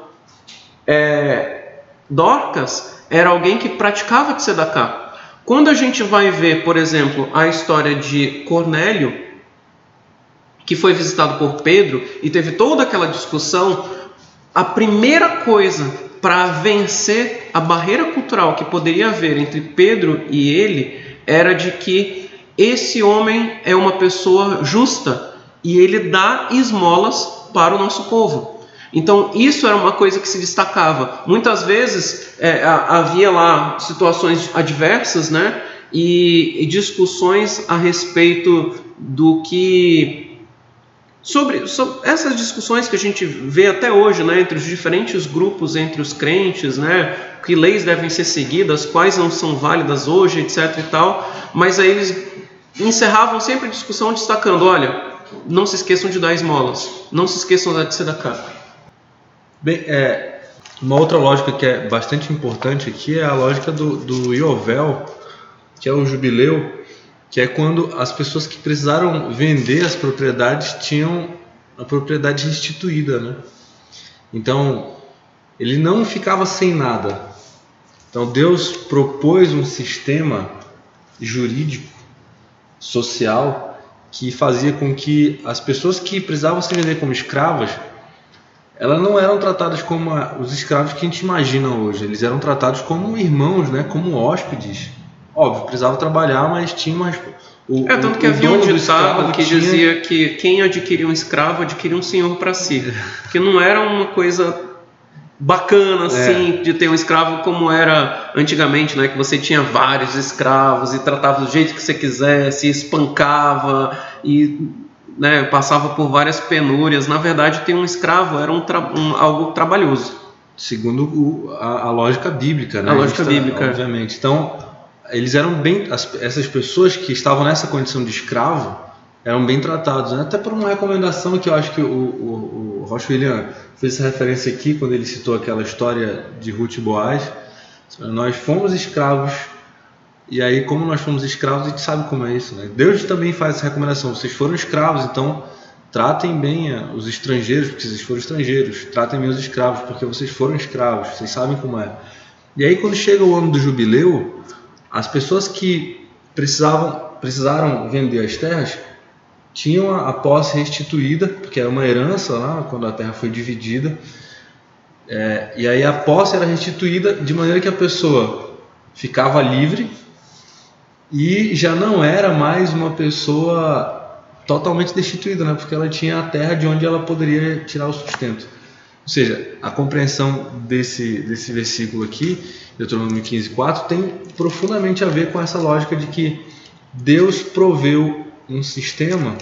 é, Dorcas era alguém que praticava tzedakah. Quando a gente vai ver, por exemplo, a história de Cornélio, que foi visitado por Pedro e teve toda aquela discussão, a primeira coisa para vencer a barreira cultural que poderia haver entre Pedro e ele era de que esse homem é uma pessoa justa e ele dá esmolas para o nosso povo. Então isso era uma coisa que se destacava. Muitas vezes é, havia lá situações adversas, né, e, e discussões a respeito do que... Sobre, sobre essas discussões que a gente vê até hoje, né, entre os diferentes grupos, entre os crentes, né, que leis devem ser seguidas, quais não são válidas hoje, etc e tal, mas aí eles encerravam sempre a discussão destacando: olha, não se esqueçam de dar esmolas, não se esqueçam de tzedakah. Bem, é, uma outra lógica que é bastante importante aqui é a lógica do, do Yovel, que é o jubileu, que é quando as pessoas que precisaram vender as propriedades tinham a propriedade restituída, né? Então, ele não ficava sem nada. Então, Deus propôs um sistema jurídico, social, que fazia com que as pessoas que precisavam se vender como escravas, elas não eram tratadas como os escravos que a gente imagina hoje. Eles eram tratados como irmãos, né? Como hóspedes. Óbvio, precisava trabalhar, mas tinha mais... O, é, tanto que o havia um ditado que tinha... dizia que quem adquiria um escravo adquiria um senhor para si. Que não era uma coisa bacana assim, é. de ter um escravo como era antigamente, né? Que você tinha vários escravos e tratava do jeito que você quisesse, espancava e, né, passava por várias penúrias. Na verdade, ter um escravo era um, tra... um algo trabalhoso. Segundo o, a, a lógica bíblica, né? A lógica a bíblica. Obviamente. Então... eles eram bem, essas pessoas que estavam nessa condição de escravo eram bem tratados, né? Até por uma recomendação que eu acho que o, o, o Rocha William fez essa referência aqui quando ele citou aquela história de Ruth e Boaz. Nós fomos escravos, e aí como nós fomos escravos, a gente sabe como é isso, né? Deus também faz essa recomendação: vocês foram escravos, então tratem bem os estrangeiros, porque vocês foram estrangeiros, tratem bem os escravos, porque vocês foram escravos, vocês sabem como é. E aí quando chega o ano do jubileu, as pessoas que precisavam, precisaram vender as terras tinham a, a posse restituída, porque era uma herança lá quando a terra foi dividida, é, e aí a posse era restituída de maneira que a pessoa ficava livre e já não era mais uma pessoa totalmente destituída, né? Porque ela tinha a terra de onde ela poderia tirar o sustento. Ou seja, a compreensão desse, desse versículo aqui, Deuteronômio quinze, quatro, tem profundamente a ver com essa lógica de que Deus proveu um sistema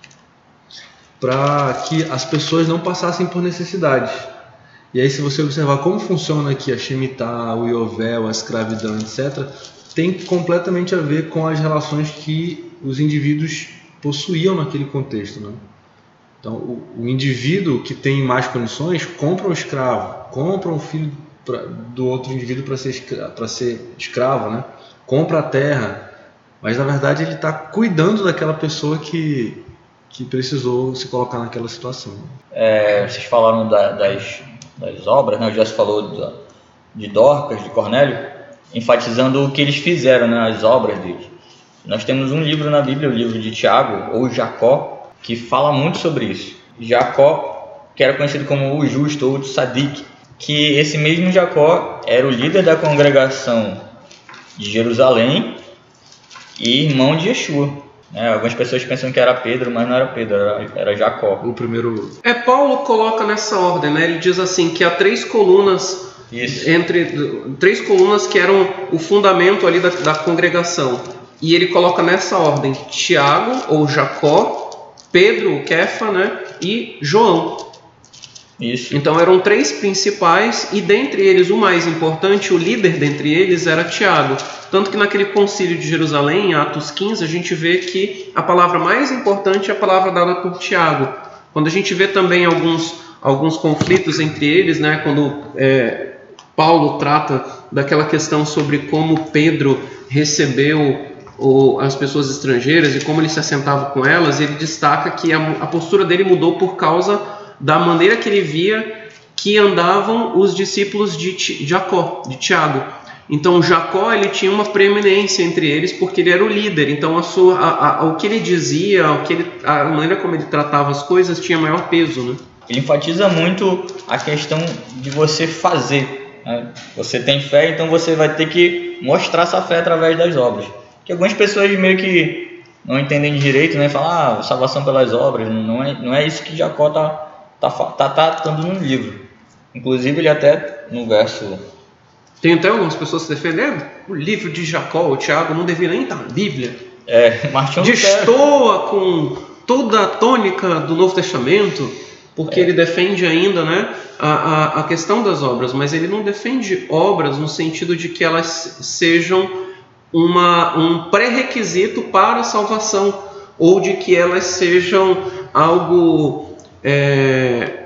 para que as pessoas não passassem por necessidade. E aí, se você observar como funciona aqui a Shemitah, o Yovel, a escravidão, etcétera, tem completamente a ver com as relações que os indivíduos possuíam naquele contexto, né? Então, o, o indivíduo que tem mais condições compra um escravo, compra um filho pra, do outro indivíduo para ser, escra, para ser escravo, né? Compra a terra, mas na verdade ele está cuidando daquela pessoa que, que precisou se colocar naquela situação. É, vocês falaram da, das, das obras, né? O Jess falou da, de Dorcas, de Cornélio, enfatizando o que eles fizeram, né? As obras deles. Nós temos um livro na Bíblia, o livro de Tiago, ou Jacó, que fala muito sobre isso. Jacó, que era conhecido como o Justo ou o Tzadik, que esse mesmo Jacó era o líder da congregação de Jerusalém e irmão de Yeshua. É, algumas pessoas pensam que era Pedro, mas não era Pedro, era, era Jacó. O primeiro... É, Paulo coloca nessa ordem, né? Ele diz assim, que há três colunas, Isso. entre três colunas que eram o fundamento ali da, da congregação. E ele coloca nessa ordem Tiago, ou Jacó, Pedro, o Kefa, né? E João. Isso. Então eram três principais, e dentre eles o mais importante, o líder dentre eles era Tiago. Tanto que naquele concílio de Jerusalém, em Atos quinze, a gente vê que a palavra mais importante é a palavra dada por Tiago. Quando a gente vê também alguns, alguns conflitos entre eles, né? Quando é, Paulo trata daquela questão sobre como Pedro recebeu ou as pessoas estrangeiras e como ele se assentava com elas, ele destaca que a, a postura dele mudou por causa da maneira que ele via que andavam os discípulos de, de Jacó, de Tiago. Então Jacó, ele tinha uma preeminência entre eles porque ele era o líder. Então a sua, a, a, o que ele dizia, o que ele, a maneira como ele tratava as coisas tinha maior peso, né? Ele enfatiza muito a questão de você fazer, né? Você tem fé, então você vai ter que mostrar essa fé através das obras. Que algumas pessoas meio que não entendem direito, né? Falam, ah, salvação pelas obras. Não é, não é isso que Jacó está tá, tá, tá tratando no livro. Inclusive, ele até no verso... Tem até algumas pessoas que defendem, o livro de Jacó, o Tiago, não deveria nem estar na Bíblia. É, Martinho destoa com toda a tônica do Novo Testamento, porque é. ele defende ainda, né, a, a, a questão das obras, mas ele não defende obras no sentido de que elas sejam Uma, um pré-requisito para a salvação, ou de que elas sejam algo é,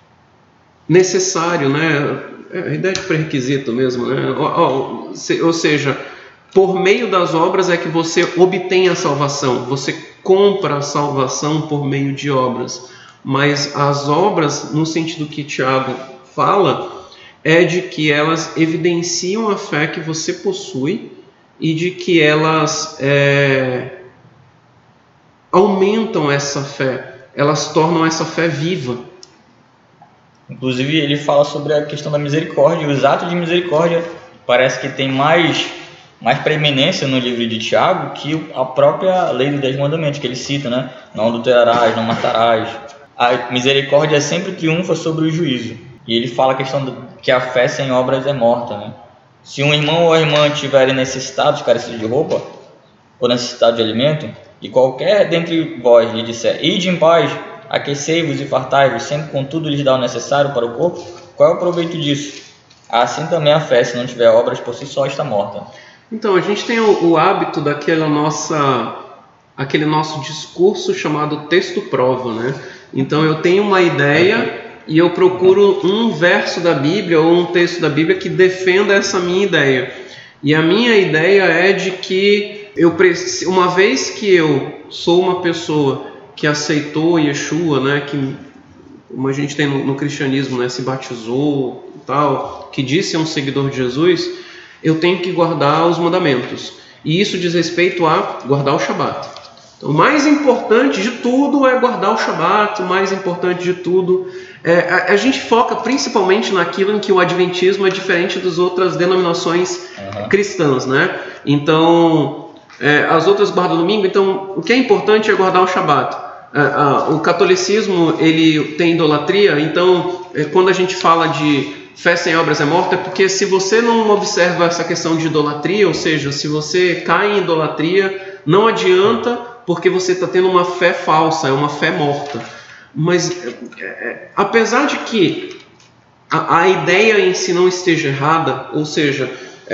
necessário, né? A ideia de pré-requisito mesmo, né? Ou, ou seja, por meio das obras é que você obtém a salvação, você compra a salvação por meio de obras, mas as obras, no sentido que Tiago fala, é de que elas evidenciam a fé que você possui e de que elas é, aumentam essa fé, elas tornam essa fé viva. Inclusive ele fala sobre a questão da misericórdia, os atos de misericórdia parece que tem mais, mais preeminência no livro de Tiago que a própria lei dos dez mandamentos que ele cita, né? Não adulterarás, não matarás. A misericórdia sempre triunfa sobre o juízo. E ele fala a questão de que a fé sem obras é morta, né? Se um irmão ou irmã estiverem necessitados, carecidos de roupa, ou necessitados de alimento, e qualquer dentre vós lhe disser, ide em paz, aquecei-vos e fartai-vos, sempre contudo lhes dá o necessário para o corpo, qual é o proveito disso? Assim também a fé, se não tiver obras por si só, está morta. Então, a gente tem o, o hábito daquela nossa, aquele nosso discurso chamado texto-prova, né? Então, eu tenho uma ideia e eu procuro um verso da Bíblia ou um texto da Bíblia que defenda essa minha ideia. E a minha ideia é de que eu uma vez que eu sou uma pessoa que aceitou Yeshua, né, que como a gente tem no, no cristianismo, né, se batizou e tal, que disse ser um seguidor de Jesus, eu tenho que guardar os mandamentos. E isso diz respeito a guardar o Shabat. Então, o mais importante de tudo é guardar o Shabat, o mais importante de tudo é, a, a gente foca principalmente naquilo em que o Adventismo é diferente das outras denominações uhum. cristãs, né? Então, é, as outras guardam domingo. Então, o que é importante é guardar o Shabat. É, a, o catolicismo, ele tem idolatria. Então, é, quando a gente fala de fé sem obras é morta, é porque se você não observa essa questão de idolatria, ou seja, se você cai em idolatria, não adianta, porque você está tendo uma fé falsa, é uma fé morta. Mas, é, é, apesar de que a, a ideia em si não esteja errada, ou seja,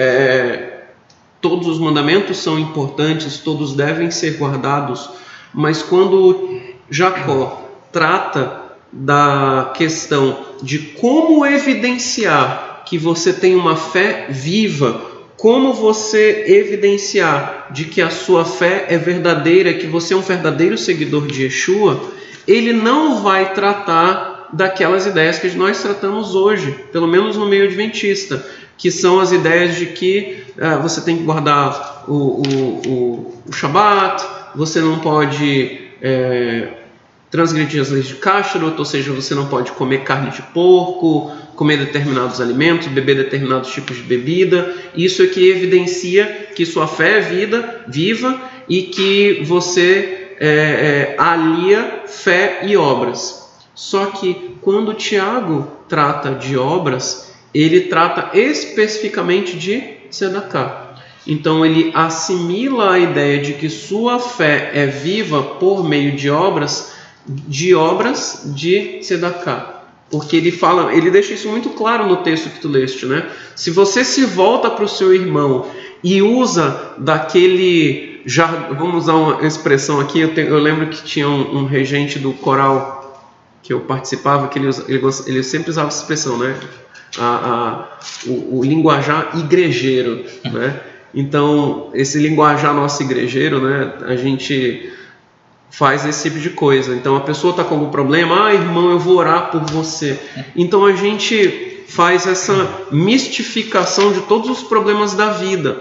é, todos os mandamentos são importantes, todos devem ser guardados, mas quando Jacó trata da questão de como evidenciar que você tem uma fé viva, como você evidenciar de que a sua fé é verdadeira, que você é um verdadeiro seguidor de Yeshua, ele não vai tratar daquelas ideias que nós tratamos hoje, pelo menos no meio adventista, que são as ideias de que uh, você tem que guardar o, o, o, o Shabat, você não pode é, transgredir as leis de Kashrut, ou seja, você não pode comer carne de porco, comer determinados alimentos, beber determinados tipos de bebida. Isso é que evidencia que sua fé é vida, viva e que você é, é, alia fé e obras. Só que quando Tiago trata de obras, ele trata especificamente de Tzedakah. Então ele assimila a ideia de que sua fé é viva por meio de obras, de obras de Tzedakah. Porque ele fala, ele deixa isso muito claro no texto que tu leste, né? Se você se volta para o seu irmão e usa daquele, já, vamos usar uma expressão aqui, eu, te, eu lembro que tinha um, um regente do coral que eu participava, que ele, usa, ele, ele sempre usava essa expressão, né? A, a, o, o linguajar igrejeiro, né? Então, esse linguajar nosso igrejeiro, né? A gente faz esse tipo de coisa. Então, a pessoa está com algum problema, ah, irmão, eu vou orar por você. Então, a gente faz essa mistificação de todos os problemas da vida.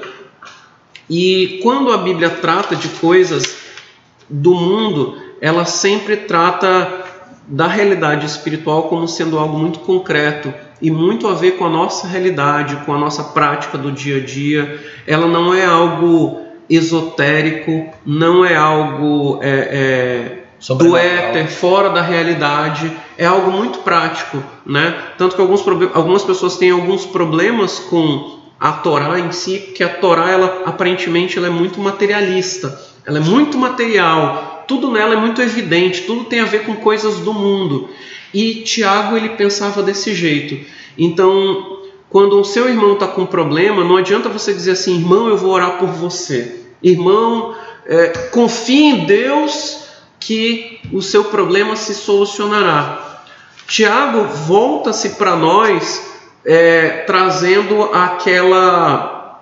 E quando a Bíblia trata de coisas do mundo, ela sempre trata da realidade espiritual como sendo algo muito concreto e muito a ver com a nossa realidade, com a nossa prática do dia a dia. Ela não é algo esotérico, não é algo é, é, do éter, fora da realidade, é algo muito prático, né? Tanto que alguns, algumas pessoas têm alguns problemas com a Torá em si, porque a Torá, ela, aparentemente, ela é muito materialista, ela é muito material, tudo nela é muito evidente, tudo tem a ver com coisas do mundo. E Tiago, ele pensava desse jeito. Então, quando o seu irmão está com problema, não adianta você dizer assim, irmão, eu vou orar por você. Irmão, é, confie em Deus que o seu problema se solucionará. Tiago volta-se para nós é, trazendo aquela,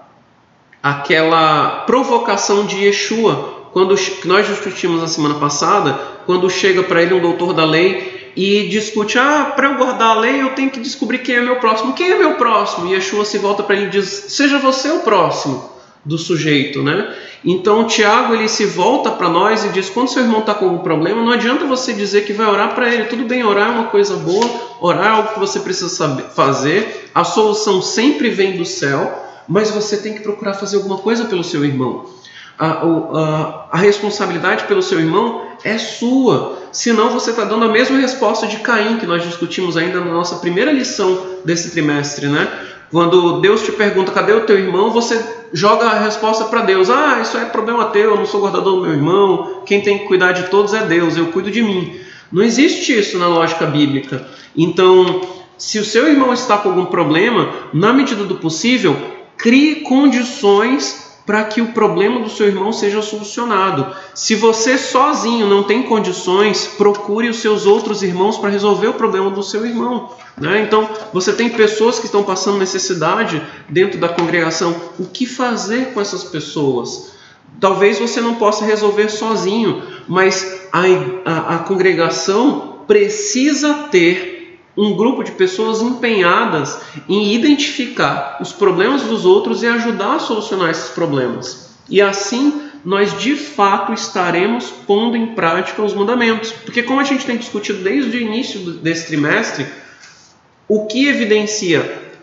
aquela provocação de Yeshua. Quando nós discutimos na semana passada, quando chega para ele um doutor da lei e discute, ah, para eu guardar a lei eu tenho que descobrir quem é meu próximo. Quem é meu próximo? E Yeshua se volta para ele e diz, seja você o próximo do sujeito, né? Então Tiago, ele se volta para nós e diz, quando seu irmão está com algum problema, não adianta você dizer que vai orar para ele. Tudo bem, orar é uma coisa boa, orar é algo que você precisa saber fazer, a solução sempre vem do céu, mas você tem que procurar fazer alguma coisa pelo seu irmão. A, a, a responsabilidade pelo seu irmão é sua, senão você está dando a mesma resposta de Caim, que nós discutimos ainda na nossa primeira lição desse trimestre, né? Quando Deus te pergunta, cadê o teu irmão? Você joga a resposta para Deus, ah, isso é problema teu, eu não sou guardador do meu irmão, quem tem que cuidar de todos é Deus, eu cuido de mim. Não existe isso na lógica bíblica. Então, se o seu irmão está com algum problema, na medida do possível, crie condições para que o problema do seu irmão seja solucionado. Se você sozinho não tem condições, procure os seus outros irmãos para resolver o problema do seu irmão, né? Então, você tem pessoas que estão passando necessidade dentro da congregação. O que fazer com essas pessoas? Talvez você não possa resolver sozinho, mas a, a, a congregação precisa ter um grupo de pessoas empenhadas em identificar os problemas dos outros e ajudar a solucionar esses problemas. E assim, nós de fato estaremos pondo em prática os mandamentos. Porque como a gente tem discutido desde o início desse trimestre, o que evidencia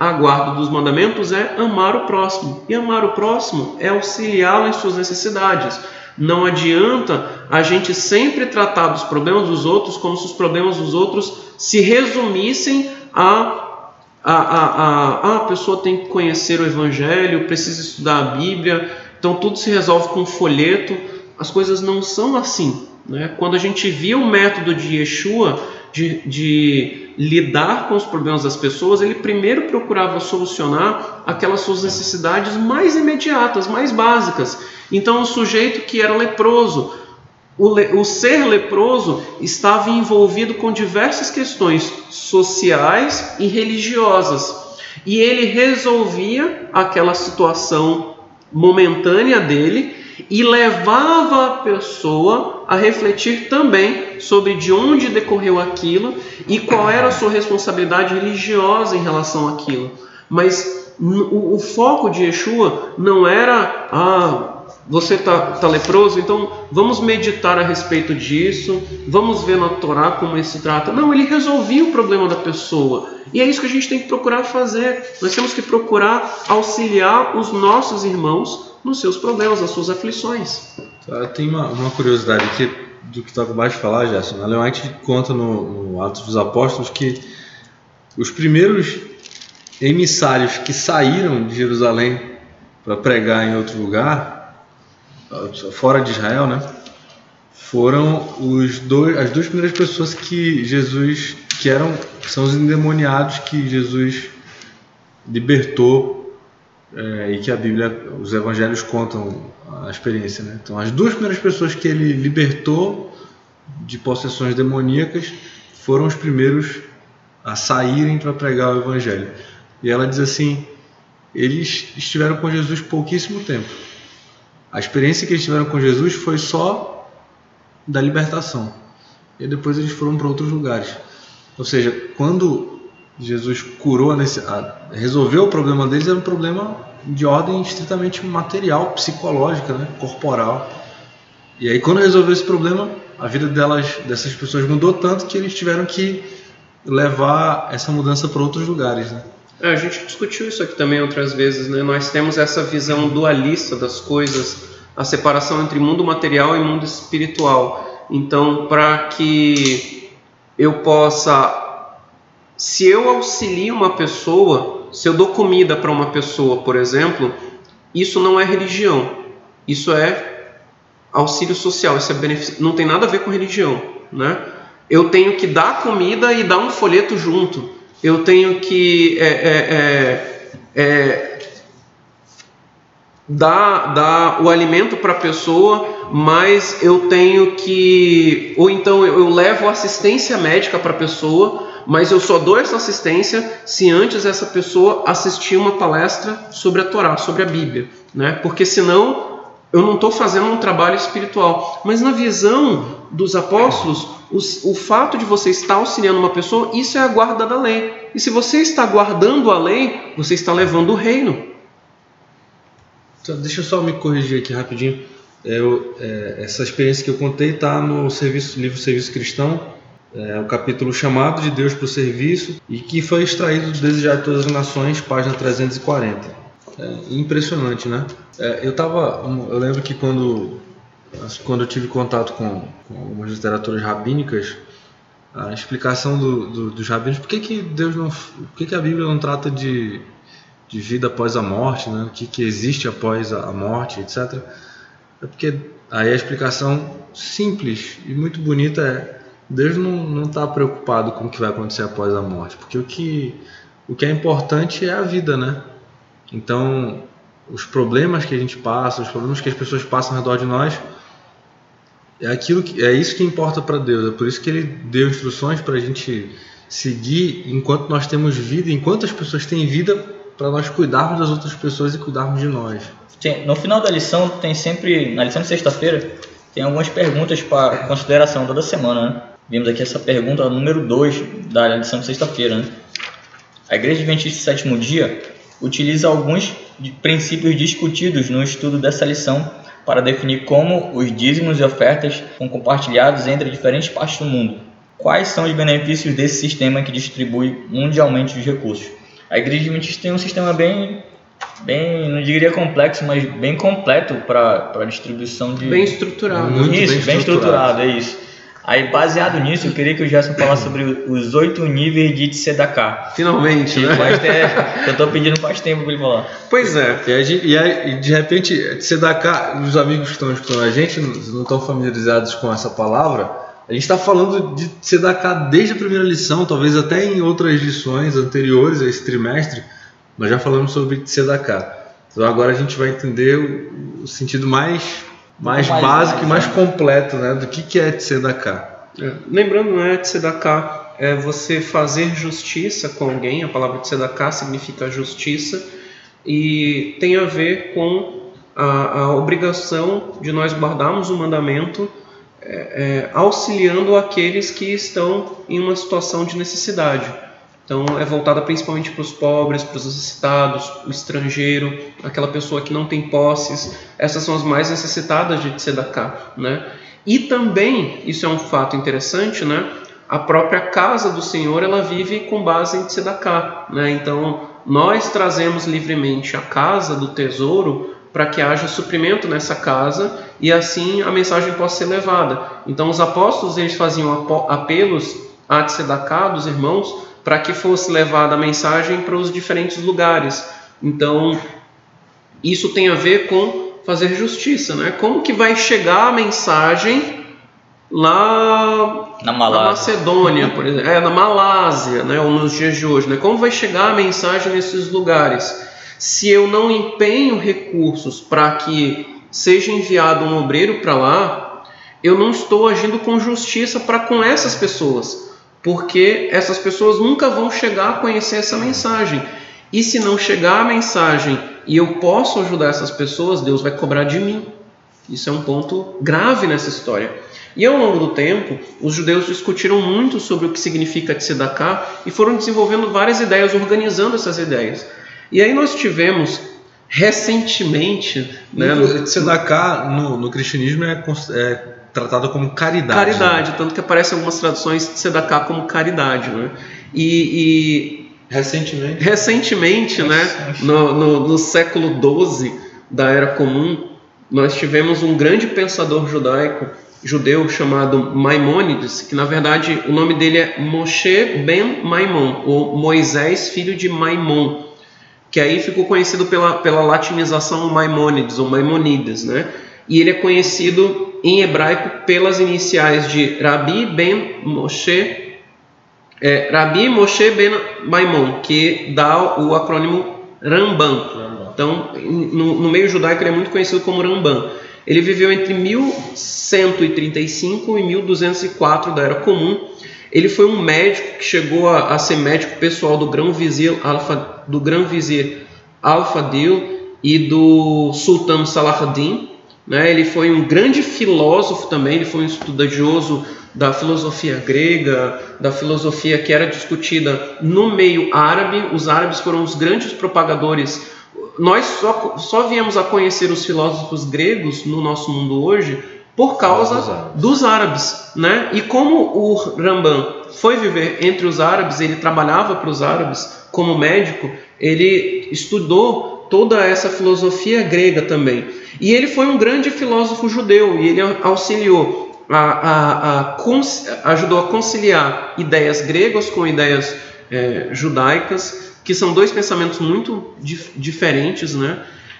a guarda dos mandamentos é amar o próximo. E amar o próximo é auxiliá-lo em suas necessidades. Não adianta a gente sempre tratar dos problemas dos outros como se os problemas dos outros se resumissem a a, a, a, a pessoa tem que conhecer o Evangelho, precisa estudar a Bíblia, então tudo se resolve com um folheto. As coisas não são assim, né? Quando a gente via o método de Yeshua de, de lidar com os problemas das pessoas, ele primeiro procurava solucionar aquelas suas necessidades mais imediatas, mais básicas. Então o sujeito que era leproso, o, le, o ser leproso estava envolvido com diversas questões sociais e religiosas, e ele resolvia aquela situação momentânea dele e levava a pessoa a refletir também sobre de onde decorreu aquilo e qual era a sua responsabilidade religiosa em relação àquilo. Mas o, o foco de Yeshua não era ah, você está tá leproso, então vamos meditar a respeito disso, vamos ver na Torá como ele se trata. Não, ele resolvia o problema da pessoa. E é isso que a gente tem que procurar fazer. Nós temos que procurar auxiliar os nossos irmãos nos seus problemas, nas suas aflições. Tem uma, uma curiosidade aqui do que tu acabaste de falar, Gerson. A Ellen White conta no, no Atos dos Apóstolos que os primeiros emissários que saíram de Jerusalém para pregar em outro lugar, fora de Israel, né, foram os dois, as duas primeiras pessoas que Jesus, que eram, que são os endemoniados que Jesus libertou, é, e que a Bíblia, os evangelhos contam a experiência, né? Então, as duas primeiras pessoas que ele libertou de possessões demoníacas foram os primeiros a saírem para pregar o evangelho. E ela diz assim: eles estiveram com Jesus pouquíssimo tempo. A experiência que eles tiveram com Jesus foi só da libertação. E depois eles foram para outros lugares. Ou seja, quando Jesus curou, a necessidade, resolveu o problema deles, era um problema de ordem estritamente material, psicológica, né? Corporal. E aí, quando resolveu esse problema, a vida delas, dessas pessoas mudou tanto que eles tiveram que levar essa mudança para outros lugares, né? É, a gente discutiu isso aqui também outras vezes, né? Nós temos essa visão dualista das coisas, a separação entre mundo material e mundo espiritual. Então, para que eu possa, se eu auxilio uma pessoa, se eu dou comida para uma pessoa, por exemplo, isso não é religião, isso é auxílio social, isso é benefício, não tem nada a ver com religião, né? Eu tenho que dar comida e dar um folheto junto. Eu tenho que é, é, é, é, dar, dar o alimento para a pessoa, mas eu tenho que... Ou então eu, eu levo assistência médica para a pessoa, mas eu só dou essa assistência se antes essa pessoa assistir uma palestra sobre a Torá, sobre a Bíblia, né? Porque senão eu não estou fazendo um trabalho espiritual. Mas na visão dos apóstolos, os, o fato de você estar auxiliando uma pessoa, isso é a guarda da lei. E se você está guardando a lei, você está levando o reino. Então, deixa eu só me corrigir aqui rapidinho. Eu, é, essa experiência que eu contei está no serviço, livro Serviço Cristão, é, o capítulo Chamado de Deus para o Serviço, e que foi extraído do Desejar de Todas as Nações, página trezentos e quarenta. É impressionante, né? É, eu tava, eu lembro que quando, quando eu tive contato com, com algumas literaturas rabínicas, a explicação do, do, dos rabinos, por que que Deus não, por que que a Bíblia não trata de, de vida após a morte, né? O que que existe após a morte, etcétera. É porque aí a explicação simples e muito bonita é: Deus não não está preocupado com o que vai acontecer após a morte, porque o que o que é importante é a vida, né? Então, os problemas que a gente passa, os problemas que as pessoas passam ao redor de nós, é aquilo que, é isso que importa para Deus. É por isso que Ele deu instruções para a gente seguir enquanto nós temos vida, enquanto as pessoas têm vida, para nós cuidarmos das outras pessoas e cuidarmos de nós. No final da lição, tem sempre, na lição de sexta-feira, tem algumas perguntas para consideração toda semana, né? Vimos aqui essa pergunta número dois da lição de sexta-feira, né? A Igreja Adventista do Sétimo Dia utiliza alguns princípios discutidos no estudo dessa lição para definir como os dízimos e ofertas são compartilhados entre diferentes partes do mundo. Quais são os benefícios desse sistema que distribui mundialmente os recursos? A igreja adventista tem um sistema bem, bem, não diria complexo, mas bem completo para a distribuição de... Bem estruturado. Muito isso, bem bem estruturado. estruturado, é isso. Aí, baseado nisso, eu queria que o Gerson falasse sobre os oito níveis de Tzedakah. Finalmente, né? Faz tempo, eu tô pedindo faz tempo para ele falar. Pois é. E, aí, e, aí, de repente, Tzedakah, os amigos que estão escutando a gente não estão familiarizados com essa palavra. A gente está falando de Tzedakah desde a primeira lição, talvez até em outras lições anteriores a esse trimestre, nós já falamos sobre Tzedakah. Então agora a gente vai entender o, o sentido mais, mais, mais básico mais, e mais né? completo, né, do que, que é Tzedakah. É. Lembrando, né, Tzedakah é você fazer justiça com alguém. A palavra Tzedakah significa justiça e tem a ver com a, a obrigação de nós guardarmos o mandamento, É, é, auxiliando aqueles que estão em uma situação de necessidade. Então é voltada principalmente para os pobres, para os necessitados, o estrangeiro, aquela pessoa que não tem posses. Essas são as mais necessitadas de Tzedakah, né? E também, isso é um fato interessante, né? A própria casa do Senhor, ela vive com base em Tzedakah, né? Então nós trazemos livremente a casa do tesouro para que haja suprimento nessa casa e assim a mensagem possa ser levada. Então os apóstolos, eles faziam apelos a Tzedakah dos irmãos para que fosse levada a mensagem para os diferentes lugares. Então isso tem a ver com fazer justiça, né? Como que vai chegar a mensagem lá na, na Macedônia, por exemplo, é, na Malásia, né? Ou nos dias de hoje, né? Como vai chegar a mensagem nesses lugares? Se eu não empenho recursos para que seja enviado um obreiro para lá, eu não estou agindo com justiça para com essas pessoas, porque essas pessoas nunca vão chegar a conhecer essa mensagem. E se não chegar a mensagem e eu posso ajudar essas pessoas, Deus vai cobrar de mim. Isso é um ponto grave nessa história. E ao longo do tempo, os judeus discutiram muito sobre o que significa Tzedakah e foram desenvolvendo várias ideias, organizando essas ideias. E aí nós tivemos recentemente... Né, no, Tzedakah no, no cristianismo é, é tratado como caridade. Caridade, né? Tanto que aparecem algumas traduções de Tzedakah como caridade. Né? E, e recentemente, recentemente né, no, no, no século doze da Era Comum, nós tivemos um grande pensador judaico, judeu chamado Maimônides, que na verdade o nome dele é Moshe ben Maimon, ou Moisés, filho de Maimon, que aí ficou conhecido pela, pela latinização Maimônides, ou Maimonides, né? E ele é conhecido em hebraico pelas iniciais de Rabi ben Moshe, é, Rabi Moshe ben Maimon, que dá o acrônimo Rambam. Rambam. Então, no, no meio judaico ele é muito conhecido como Rambam. Ele viveu entre mil cento e trinta e cinco e mil duzentos e quatro da Era Comum. Ele foi um médico que chegou a, a ser médico pessoal do grão-vizir Alfa, do grão-vizir Al-Fadil e do sultão Saladin, né? Ele foi um grande filósofo também, ele foi um estudioso da filosofia grega, da filosofia que era discutida no meio árabe. Os árabes foram os grandes propagadores. Nós só, só viemos a conhecer os filósofos gregos no nosso mundo hoje por causa dos árabes. dos árabes, né? E como o Rambam foi viver entre os árabes, ele trabalhava para os árabes como médico, ele estudou toda essa filosofia grega também. E ele foi um grande filósofo judeu e ele auxiliou, a, a, a, cons, ajudou a conciliar ideias gregas com ideias é, judaicas, que são dois pensamentos muito dif, diferentes, né?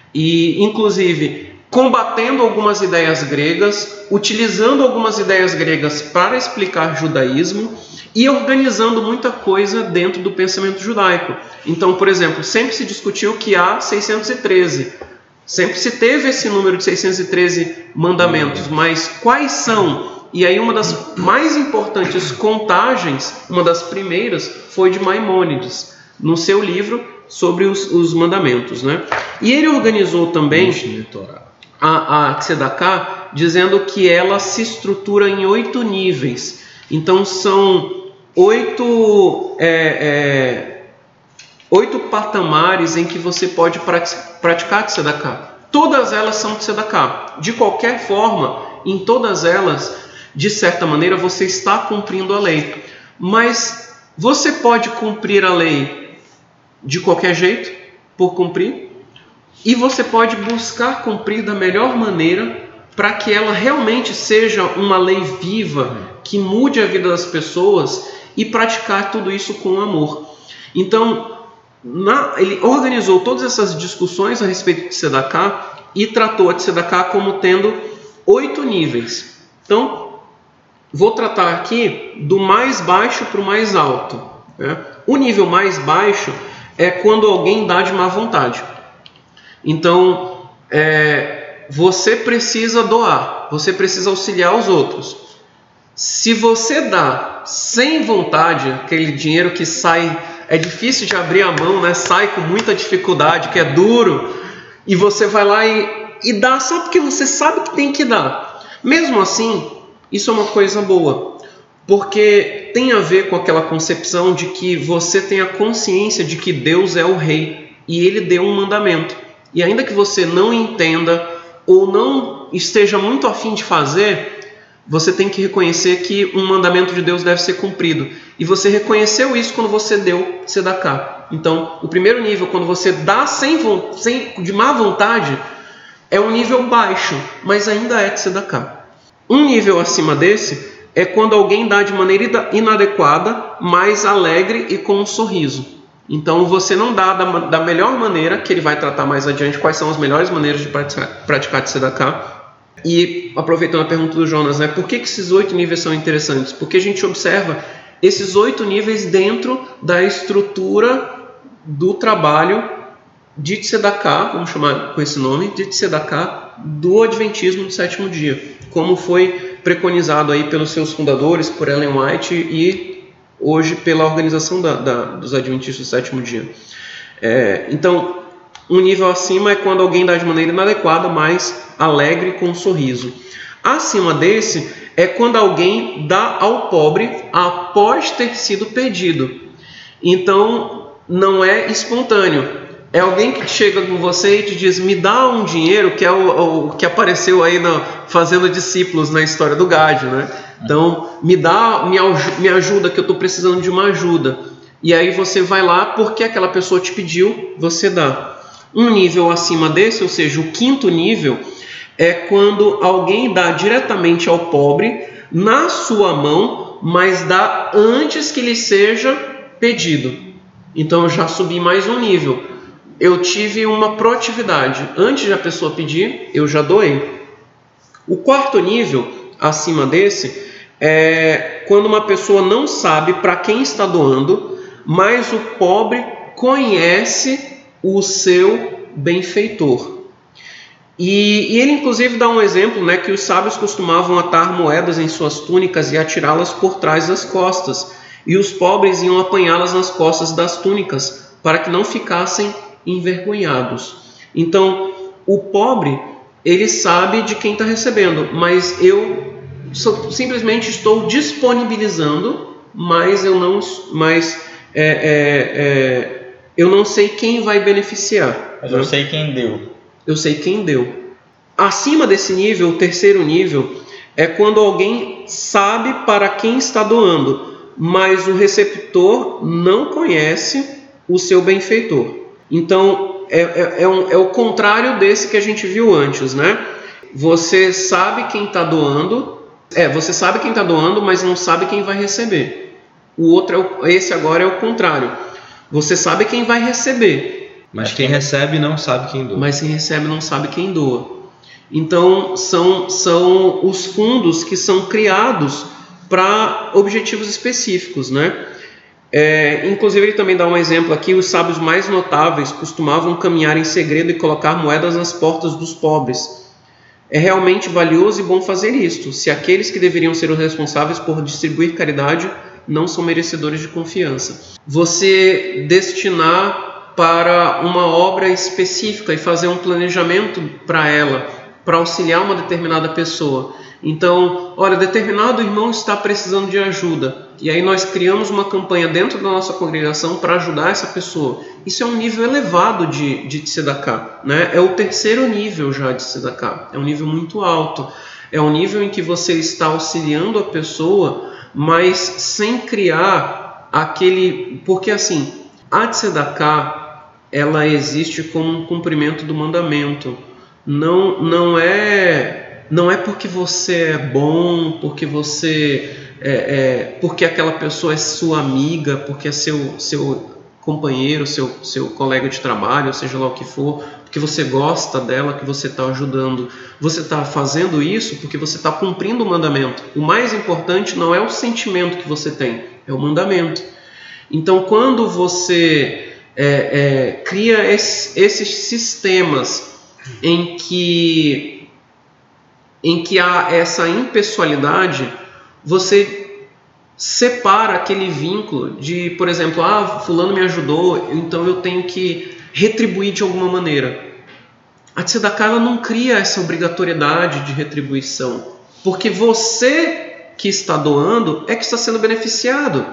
E, inclusive, combatendo algumas ideias gregas, utilizando algumas ideias gregas para explicar judaísmo e organizando muita coisa dentro do pensamento judaico. Então, por exemplo, sempre se discutiu que há seiscentos e treze, sempre se teve esse número de seiscentos e treze mandamentos, mas quais são? E aí uma das mais importantes contagens, uma das primeiras, foi de Maimônides, no seu livro sobre os, os mandamentos, né? E ele organizou também a, a Tzedakah, dizendo que ela se estrutura em oito níveis. Então são oito, é, é, oito patamares em que você pode praticar Tzedakah. Todas elas são Tzedakah. De qualquer forma, em todas elas, de certa maneira, você está cumprindo a lei. Mas você pode cumprir a lei de qualquer jeito, por cumprir, e você pode buscar cumprir da melhor maneira para que ela realmente seja uma lei viva que mude a vida das pessoas e praticar tudo isso com amor. Então, na, ele organizou todas essas discussões a respeito de Tzedakah e tratou a Tzedakah como tendo oito níveis. Então, vou tratar aqui do mais baixo para o mais alto, né? O nível mais baixo é quando alguém dá de má vontade. Então, é, você precisa doar, você precisa auxiliar os outros. Se você dá sem vontade, aquele dinheiro que sai, é difícil de abrir a mão, né? Sai com muita dificuldade, que é duro, e você vai lá e, e dá só porque você sabe que tem que dar. Mesmo assim, isso é uma coisa boa, porque tem a ver com aquela concepção de que você tem a consciência de que Deus é o rei e ele deu um mandamento. E ainda que você não entenda ou não esteja muito afim de fazer, você tem que reconhecer que um mandamento de Deus deve ser cumprido. E você reconheceu isso quando você deu Tzedakah. Então, o primeiro nível, quando você dá sem, sem, de má vontade, é um nível baixo, mas ainda é Tzedakah. Um nível acima desse é quando alguém dá de maneira inadequada, mas alegre e com um sorriso. Então você não dá da, da melhor maneira, que ele vai tratar mais adiante quais são as melhores maneiras de praticar, praticar Tzedakah. E aproveitando a pergunta do Jonas, né, por que, que esses oito níveis são interessantes? Porque a gente observa esses oito níveis dentro da estrutura do trabalho de Tzedakah, vamos chamar com esse nome, de Tzedakah do Adventismo do sétimo dia, como foi preconizado aí pelos seus fundadores, por Ellen White e hoje pela organização da, da, dos Adventistas do sétimo dia. É, então, um nível acima é quando alguém dá de maneira inadequada, mas alegre com um sorriso. Acima desse é quando alguém dá ao pobre após ter sido pedido. Então, não é espontâneo. É alguém que chega com você e te diz, me dá um dinheiro, que é o, o que apareceu aí na, fazendo discípulos na história do Gádio, né? Então, me dá, me, me ajuda, que eu estou precisando de uma ajuda. E aí você vai lá, porque aquela pessoa te pediu, você dá. Um nível acima desse, ou seja, o quinto nível, é quando alguém dá diretamente ao pobre, na sua mão, mas dá antes que lhe seja pedido. Então, eu já subi mais um nível. Eu tive uma proatividade. Antes de a pessoa pedir, eu já doei. O quarto nível, acima desse, é quando uma pessoa não sabe para quem está doando, mas o pobre conhece o seu benfeitor. E, e ele inclusive dá um exemplo, né, que os sábios costumavam atar moedas em suas túnicas e atirá-las por trás das costas, e os pobres iam apanhá-las nas costas das túnicas, para que não ficassem envergonhados. Então, o pobre, ele sabe de quem está recebendo, mas eu só, simplesmente estou disponibilizando, mas eu não, mas, é, é, é, eu não sei quem vai beneficiar. Mas né? eu sei quem deu. Eu sei quem deu. Acima desse nível, o terceiro nível, é quando alguém sabe para quem está doando, mas o receptor não conhece o seu benfeitor. Então, é, é, é, um, é o contrário desse que a gente viu antes, né? Você sabe quem está doando, é, você sabe quem está doando, mas não sabe quem vai receber. O outro, é o, esse agora é o contrário. Você sabe quem vai receber, mas quem recebe não sabe quem doa. Mas quem recebe não sabe quem doa. Então, são, são os fundos que são criados para objetivos específicos, né? É, inclusive ele também dá um exemplo aqui, os sábios mais notáveis costumavam caminhar em segredo e colocar moedas nas portas dos pobres. É realmente valioso e bom fazer isto, se aqueles que deveriam ser os responsáveis por distribuir caridade não são merecedores de confiança. Você destinar para uma obra específica e fazer um planejamento para ela, para auxiliar uma determinada pessoa. Então, olha, determinado irmão está precisando de ajuda. E aí nós criamos uma campanha dentro da nossa congregação para ajudar essa pessoa. Isso é um nível elevado de, de Tzedakah, né? É o terceiro nível já de Tzedakah. É um nível muito alto. É um nível em que você está auxiliando a pessoa, mas sem criar aquele... Porque assim, A tzedakah, ela existe como um cumprimento do mandamento. Não, não é, não é porque você é bom, porque você é, é, porque aquela pessoa é sua amiga, porque é seu, seu companheiro, seu, seu colega de trabalho, seja lá o que for, porque você gosta dela, que você está ajudando. Você está fazendo isso porque você está cumprindo o mandamento. O mais importante não é o sentimento que você tem, é o mandamento. Então, quando você é, é, cria esse, esses sistemas em que, em que há essa impessoalidade, você separa aquele vínculo de, por exemplo, ah, fulano me ajudou, então eu tenho que retribuir de alguma maneira. A tzedakah ela não cria essa obrigatoriedade de retribuição, porque você que está doando é que está sendo beneficiado,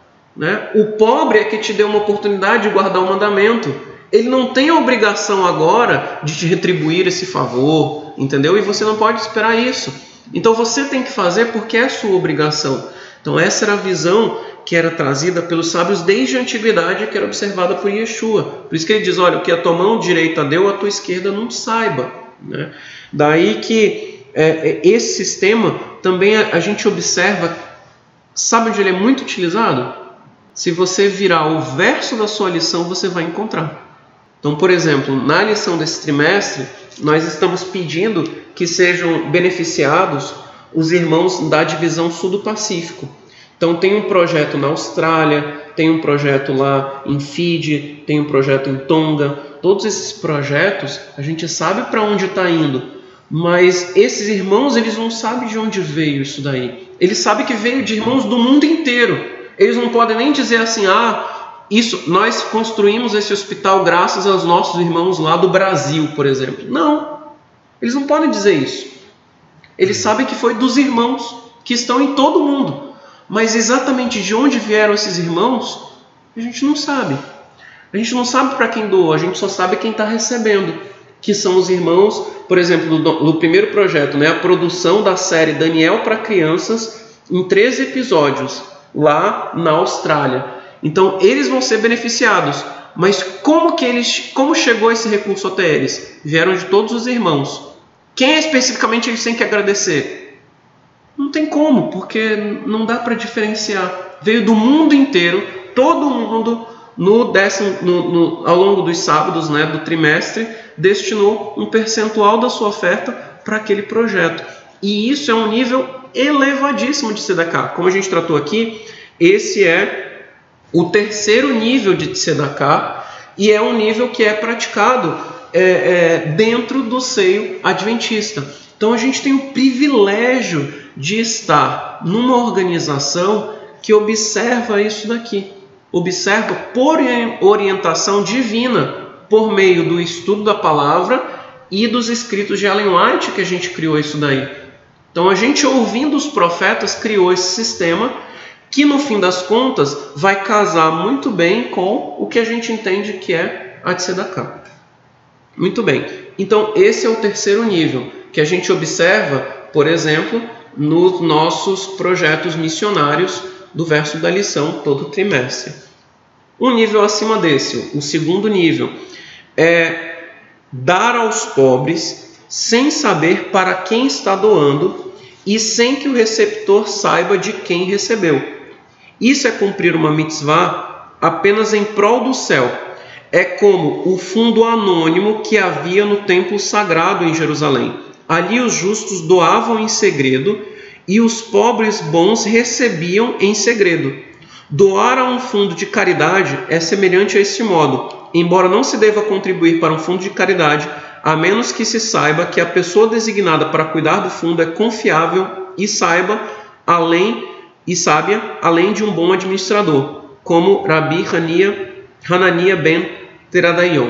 né? O pobre é que te deu uma oportunidade de guardar o mandamento. Ele não tem a obrigação agora de te retribuir esse favor, entendeu? E você não pode esperar isso. Então você tem que fazer porque é sua obrigação. Então essa era a visão que era trazida pelos sábios desde a antiguidade, que era observada por Yeshua. Por isso que ele diz, olha, o que a tua mão direita deu, a tua esquerda não saiba, né? Daí que é, esse sistema também a, a gente observa, sabe onde ele é muito utilizado? Se você virar o verso da sua lição, você vai encontrar. Então, por exemplo, na lição desse trimestre, nós estamos pedindo que sejam beneficiados os irmãos da divisão sul do Pacífico. Então, tem um projeto na Austrália, tem um projeto lá em Fiji, tem um projeto em Tonga. Todos esses projetos, a gente sabe para onde está indo, mas esses irmãos, eles não sabem de onde veio isso daí. Eles sabem que veio de irmãos do mundo inteiro. Eles não podem nem dizer assim, ah, isso, nós construímos esse hospital graças aos nossos irmãos lá do Brasil, por exemplo. Não, eles não podem dizer isso. Eles sabem que foi dos irmãos que estão em todo o mundo. Mas exatamente de onde vieram esses irmãos, a gente não sabe. A gente não sabe para quem doou, a gente só sabe quem está recebendo. Que são os irmãos, por exemplo, do, do primeiro projeto, né, a produção da série Daniel para crianças em treze episódios, lá na Austrália. Então eles vão ser beneficiados, mas como que eles, como chegou esse recurso até eles? Vieram de todos os irmãos. Quem especificamente eles têm que agradecer? Não tem como, porque não dá para diferenciar. Veio do mundo inteiro, todo mundo no décimo, no, no, ao longo dos sábados, né, do trimestre, destinou um percentual da sua oferta para aquele projeto. E isso é um nível elevadíssimo de tzedakah. Como a gente tratou aqui, esse é o terceiro nível de tzedakah e é um nível que é praticado é, é, dentro do seio adventista. Então a gente tem o privilégio de estar numa organização que observa isso daqui. Observa por orientação divina, por meio do estudo da palavra e dos escritos de Ellen White que a gente criou isso daí. Então a gente, ouvindo os profetas, criou esse sistema que no fim das contas vai casar muito bem com o que a gente entende que é a tzedakah. Muito bem, então esse é o terceiro nível que a gente observa, por exemplo, nos nossos projetos missionários do verso da lição todo trimestre. Um nível acima desse, o segundo nível, é dar aos pobres sem saber para quem está doando e sem que o receptor saiba de quem recebeu. Isso é cumprir uma mitzvah apenas em prol do céu. É como o fundo anônimo que havia no templo sagrado em Jerusalém. Ali os justos doavam em segredo e os pobres bons recebiam em segredo. Doar a um fundo de caridade é semelhante a este modo, embora não se deva contribuir para um fundo de caridade, a menos que se saiba que a pessoa designada para cuidar do fundo é confiável e saiba além e sábia, além de um bom administrador, como Rabi Hania, Hanania ben Teradaion.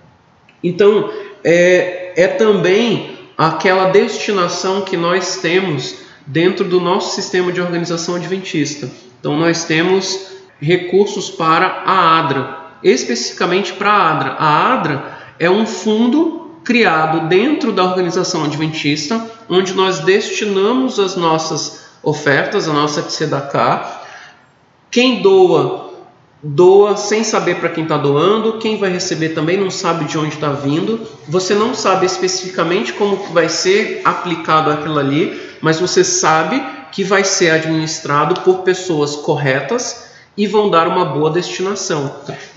Então, é, é também aquela destinação que nós temos dentro do nosso sistema de organização adventista. Então, nós temos recursos para a ADRA, especificamente para a ADRA. A ADRA é um fundo criado dentro da organização adventista, onde nós destinamos as nossas ofertas, a nossa tzedakah. Quem doa doa sem saber para quem está doando, quem vai receber também não sabe de onde está vindo, você não sabe especificamente como que vai ser aplicado aquilo ali, mas você sabe que vai ser administrado por pessoas corretas e vão dar uma boa destinação.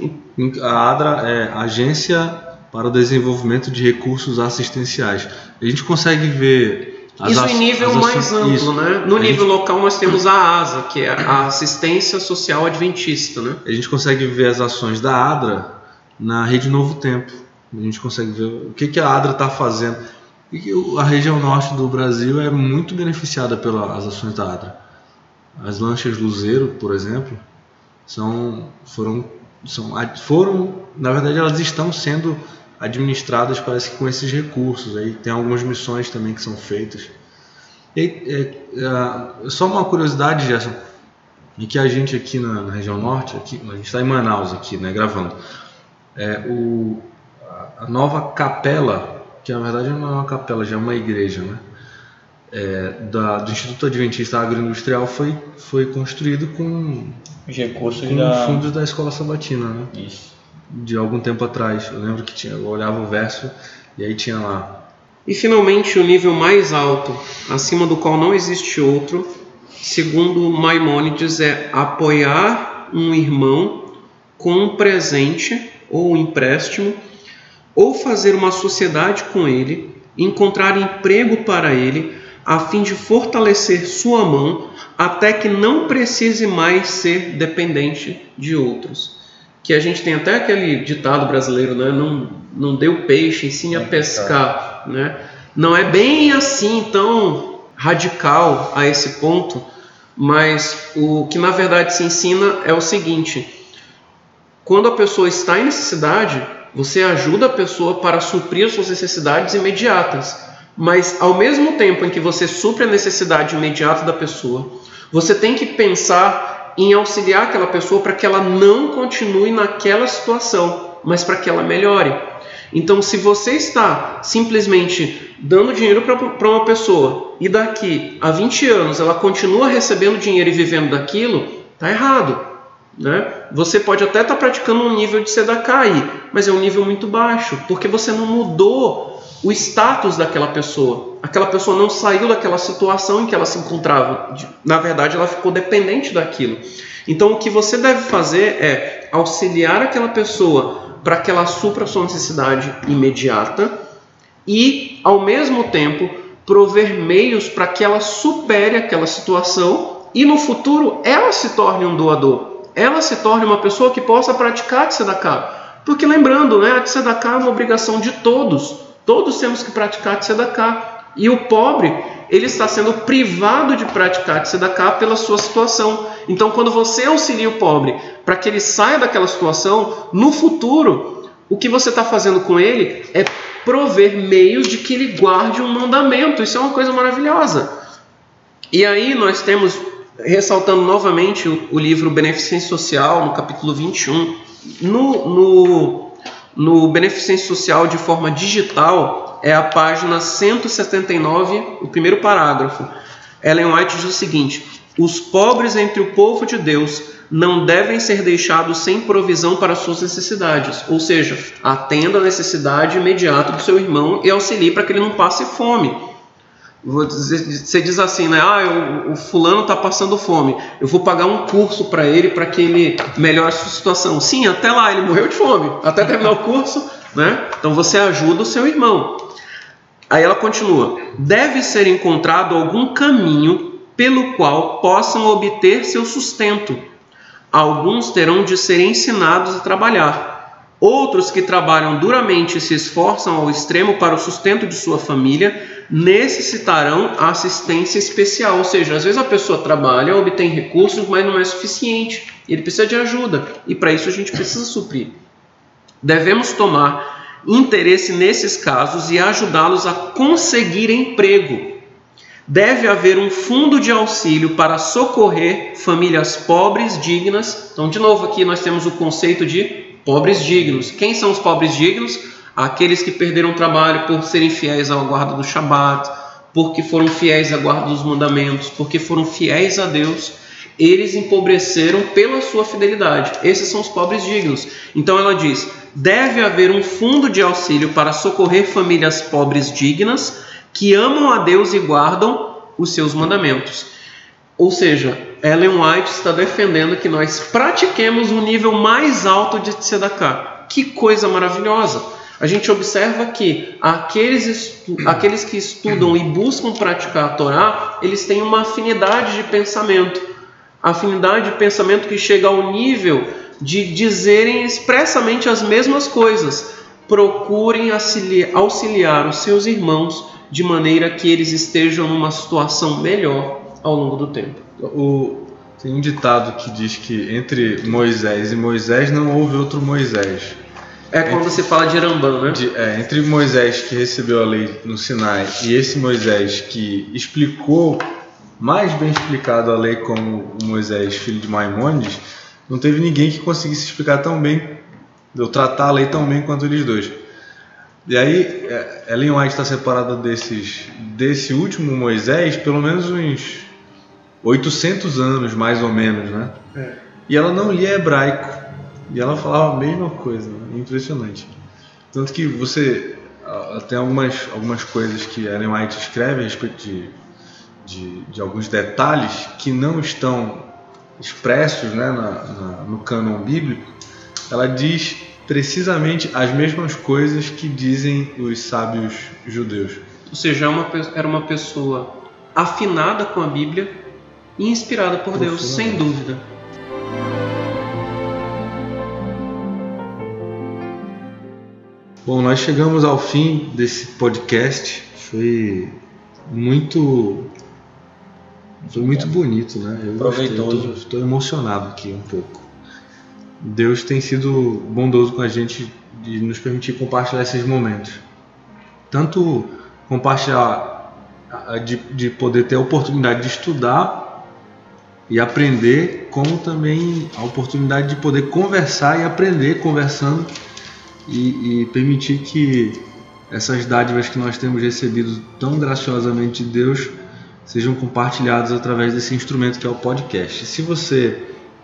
A ADRA é Agência para o Desenvolvimento de Recursos Assistenciais. A gente consegue ver... As isso em nível as mais ações, amplo, isso. né? No a nível gente, local nós temos a ASA, que é a Assistência Social Adventista, né? A gente consegue ver as ações da ADRA na Rede Novo Tempo. A gente consegue ver o que, que a ADRA está fazendo. E a região norte do Brasil é muito beneficiada pelas ações da ADRA. As lanchas Luzeiro, por exemplo, são, foram, são, foram, na verdade elas estão sendo administradas, parece que com esses recursos. Aí tem algumas missões também que são feitas. E, é, é, só uma curiosidade, Gerson, e que a gente aqui na, na região norte, aqui, a gente está em Manaus aqui, né, gravando, é, o, a nova capela, que na verdade não é uma capela, já é uma igreja, né, é, da, do Instituto Adventista Agroindustrial foi, foi construído com os recursos com da... fundos da Escola Sabatina, né? Isso. De algum tempo atrás. Eu lembro que tinha, eu olhava o verso e aí tinha lá. E finalmente o nível mais alto, acima do qual não existe outro, segundo Maimônides, é apoiar um irmão com um presente ou um empréstimo, ou fazer uma sociedade com ele, encontrar emprego para ele, a fim de fortalecer sua mão, até que não precise mais ser dependente de outros. Que a gente tem até aquele ditado brasileiro, né? Não, não dê o peixe, ensine a pescar, né? Não é bem assim tão radical a esse ponto, mas o que na verdade se ensina é o seguinte: quando a pessoa está em necessidade, você ajuda a pessoa para suprir as suas necessidades imediatas, mas ao mesmo tempo em que você supre a necessidade imediata da pessoa, você tem que pensar em auxiliar aquela pessoa para que ela não continue naquela situação, mas para que ela melhore. Então, se você está simplesmente dando dinheiro para uma pessoa e daqui a vinte anos ela continua recebendo dinheiro e vivendo daquilo, está errado, né? Você pode até estar praticando um nível de tzedakah aí, mas é um nível muito baixo, porque você não mudou o status daquela pessoa. Aquela pessoa não saiu daquela situação em que ela se encontrava. Na verdade, ela ficou dependente daquilo. Então, o que você deve fazer é auxiliar aquela pessoa para que ela supra a sua necessidade imediata e, ao mesmo tempo, prover meios para que ela supere aquela situação e, no futuro, ela se torne um doador. Ela se torne uma pessoa que possa praticar tzedakah. Porque, lembrando, né, a tzedakah é uma obrigação de todos. Todos temos que praticar tzedakah. E o pobre, ele está sendo privado de praticar tzedakah pela sua situação. Então, quando você auxilia o pobre para que ele saia daquela situação, no futuro, o que você está fazendo com ele é prover meios de que ele guarde um mandamento. Isso é uma coisa maravilhosa. E aí nós temos, ressaltando novamente o, o livro Beneficência Social, no capítulo vinte e um, no... no No Beneficência Social de forma digital, é a página cento e setenta e nove, o primeiro parágrafo. Ellen White diz o seguinte: os pobres entre o povo de Deus não devem ser deixados sem provisão para suas necessidades. Ou seja, atenda a necessidade imediata do seu irmão e auxilie para que ele não passe fome. Você diz assim, né? Ah, eu, o fulano está passando fome. Eu vou pagar um curso para ele para que ele melhore a sua situação. Sim, até lá ele morreu de fome, até terminar o curso, né? Então você ajuda o seu irmão. Aí ela continua: deve ser encontrado algum caminho pelo qual possam obter seu sustento. Alguns terão de ser ensinados a trabalhar. Outros que trabalham duramente e se esforçam ao extremo para o sustento de sua família necessitarão assistência especial. Ou seja, às vezes a pessoa trabalha, obtém recursos, mas não é suficiente. Ele precisa de ajuda. E para isso a gente precisa suprir. Devemos tomar interesse nesses casos e ajudá-los a conseguir emprego. Deve haver um fundo de auxílio para socorrer famílias pobres, dignas. Então, de novo, aqui nós temos o conceito de pobres dignos. Quem são os pobres dignos? Aqueles que perderam o trabalho por serem fiéis à guarda do Shabat, porque foram fiéis à guarda dos mandamentos, porque foram fiéis a Deus eles empobreceram pela sua fidelidade. Esses são os pobres dignos. Então ela diz, deve haver um fundo de auxílio para socorrer famílias pobres dignas que amam a Deus e guardam os seus mandamentos. Ou seja, Ellen White está defendendo que nós pratiquemos o nível mais alto de tzedakah. Que coisa maravilhosa! A gente observa que aqueles, estu- aqueles que estudam e buscam praticar a Torá, eles têm uma afinidade de pensamento. A afinidade de pensamento que chega ao nível de dizerem expressamente as mesmas coisas. Procurem auxiliar, auxiliar os seus irmãos de maneira que eles estejam numa situação melhor ao longo do tempo. O, tem um ditado que diz que entre Moisés e Moisés não houve outro Moisés. É quando se fala de Rambam, né? De, é, entre Moisés que recebeu a lei no Sinai e esse Moisés que explicou, mais bem explicado a lei como o Moisés, filho de Maimônides, não teve ninguém que conseguisse explicar tão bem, ou tratar a lei tão bem quanto eles dois. E aí, Ellen White está separada desses, desse último Moisés pelo menos uns oitocentos anos, mais ou menos, né? É. E ela não lia hebraico. E ela falava a mesma coisa, né? Impressionante. Tanto que você tem algumas, algumas coisas que Ellen White escreve a respeito de, de, de alguns detalhes que não estão expressos, né, na, na, no cânon bíblico. Ela diz precisamente as mesmas coisas que dizem os sábios judeus. Ou seja, uma, era uma pessoa afinada com a Bíblia e inspirada por Deus, sem dúvida. Bom, nós chegamos ao fim desse podcast. Foi muito, foi muito bonito, né? Eu proveitoso. Estou emocionado aqui um pouco. Deus tem sido bondoso com a gente de nos permitir compartilhar esses momentos. Tanto compartilhar, de, de poder ter a oportunidade de estudar e aprender, como também a oportunidade de poder conversar e aprender conversando. E, e permitir que essas dádivas que nós temos recebido tão graciosamente de Deus sejam compartilhadas através desse instrumento que é o podcast. Se você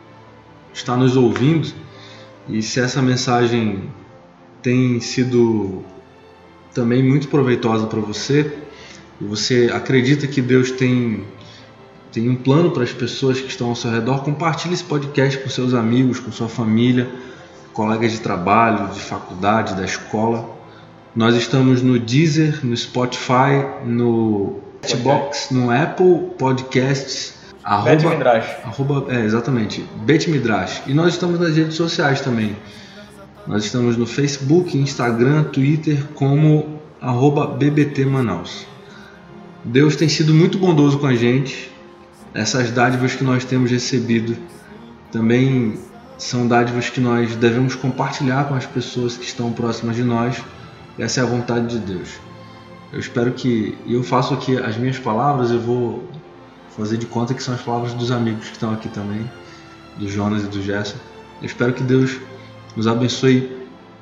está nos ouvindo e se essa mensagem tem sido também muito proveitosa para você e você acredita que Deus tem, tem um plano para as pessoas que estão ao seu redor, compartilhe esse podcast com seus amigos, com sua família, colegas de trabalho, de faculdade, da escola. Nós estamos no Deezer, no Spotify, no Castbox, no Apple Podcasts, arroba, Bet Midrash. Arroba, é, exatamente, Bet Midrash. E nós estamos nas redes sociais também. Nós estamos no Facebook, Instagram, Twitter, como arroba B B T Manaus. Deus tem sido muito bondoso com a gente. Essas dádivas que nós temos recebido também são dádivas que nós devemos compartilhar com as pessoas que estão próximas de nós. Essa é a vontade de Deus. Eu espero que... E eu faço aqui as minhas palavras, eu vou fazer de conta que são as palavras dos amigos que estão aqui também, do Jonas e do Gerson. Eu espero que Deus nos abençoe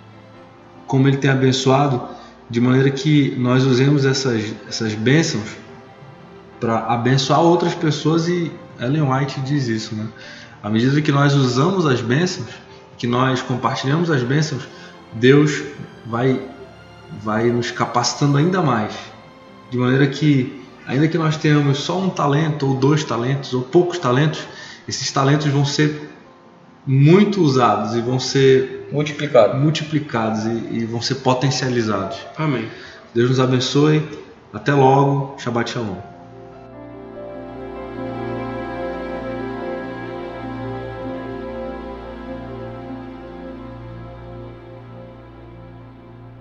como Ele tem abençoado, de maneira que nós usemos essas, essas bênçãos para abençoar outras pessoas. E Ellen White diz isso, né? À medida que nós usamos as bênçãos, que nós compartilhamos as bênçãos, Deus vai, vai nos capacitando ainda mais. De maneira que, ainda que nós tenhamos só um talento, ou dois talentos, ou poucos talentos, esses talentos vão ser muito usados e vão ser multiplicados, multiplicados e, e vão ser potencializados. Amém. Deus nos abençoe. Até logo. Shabbat Shalom.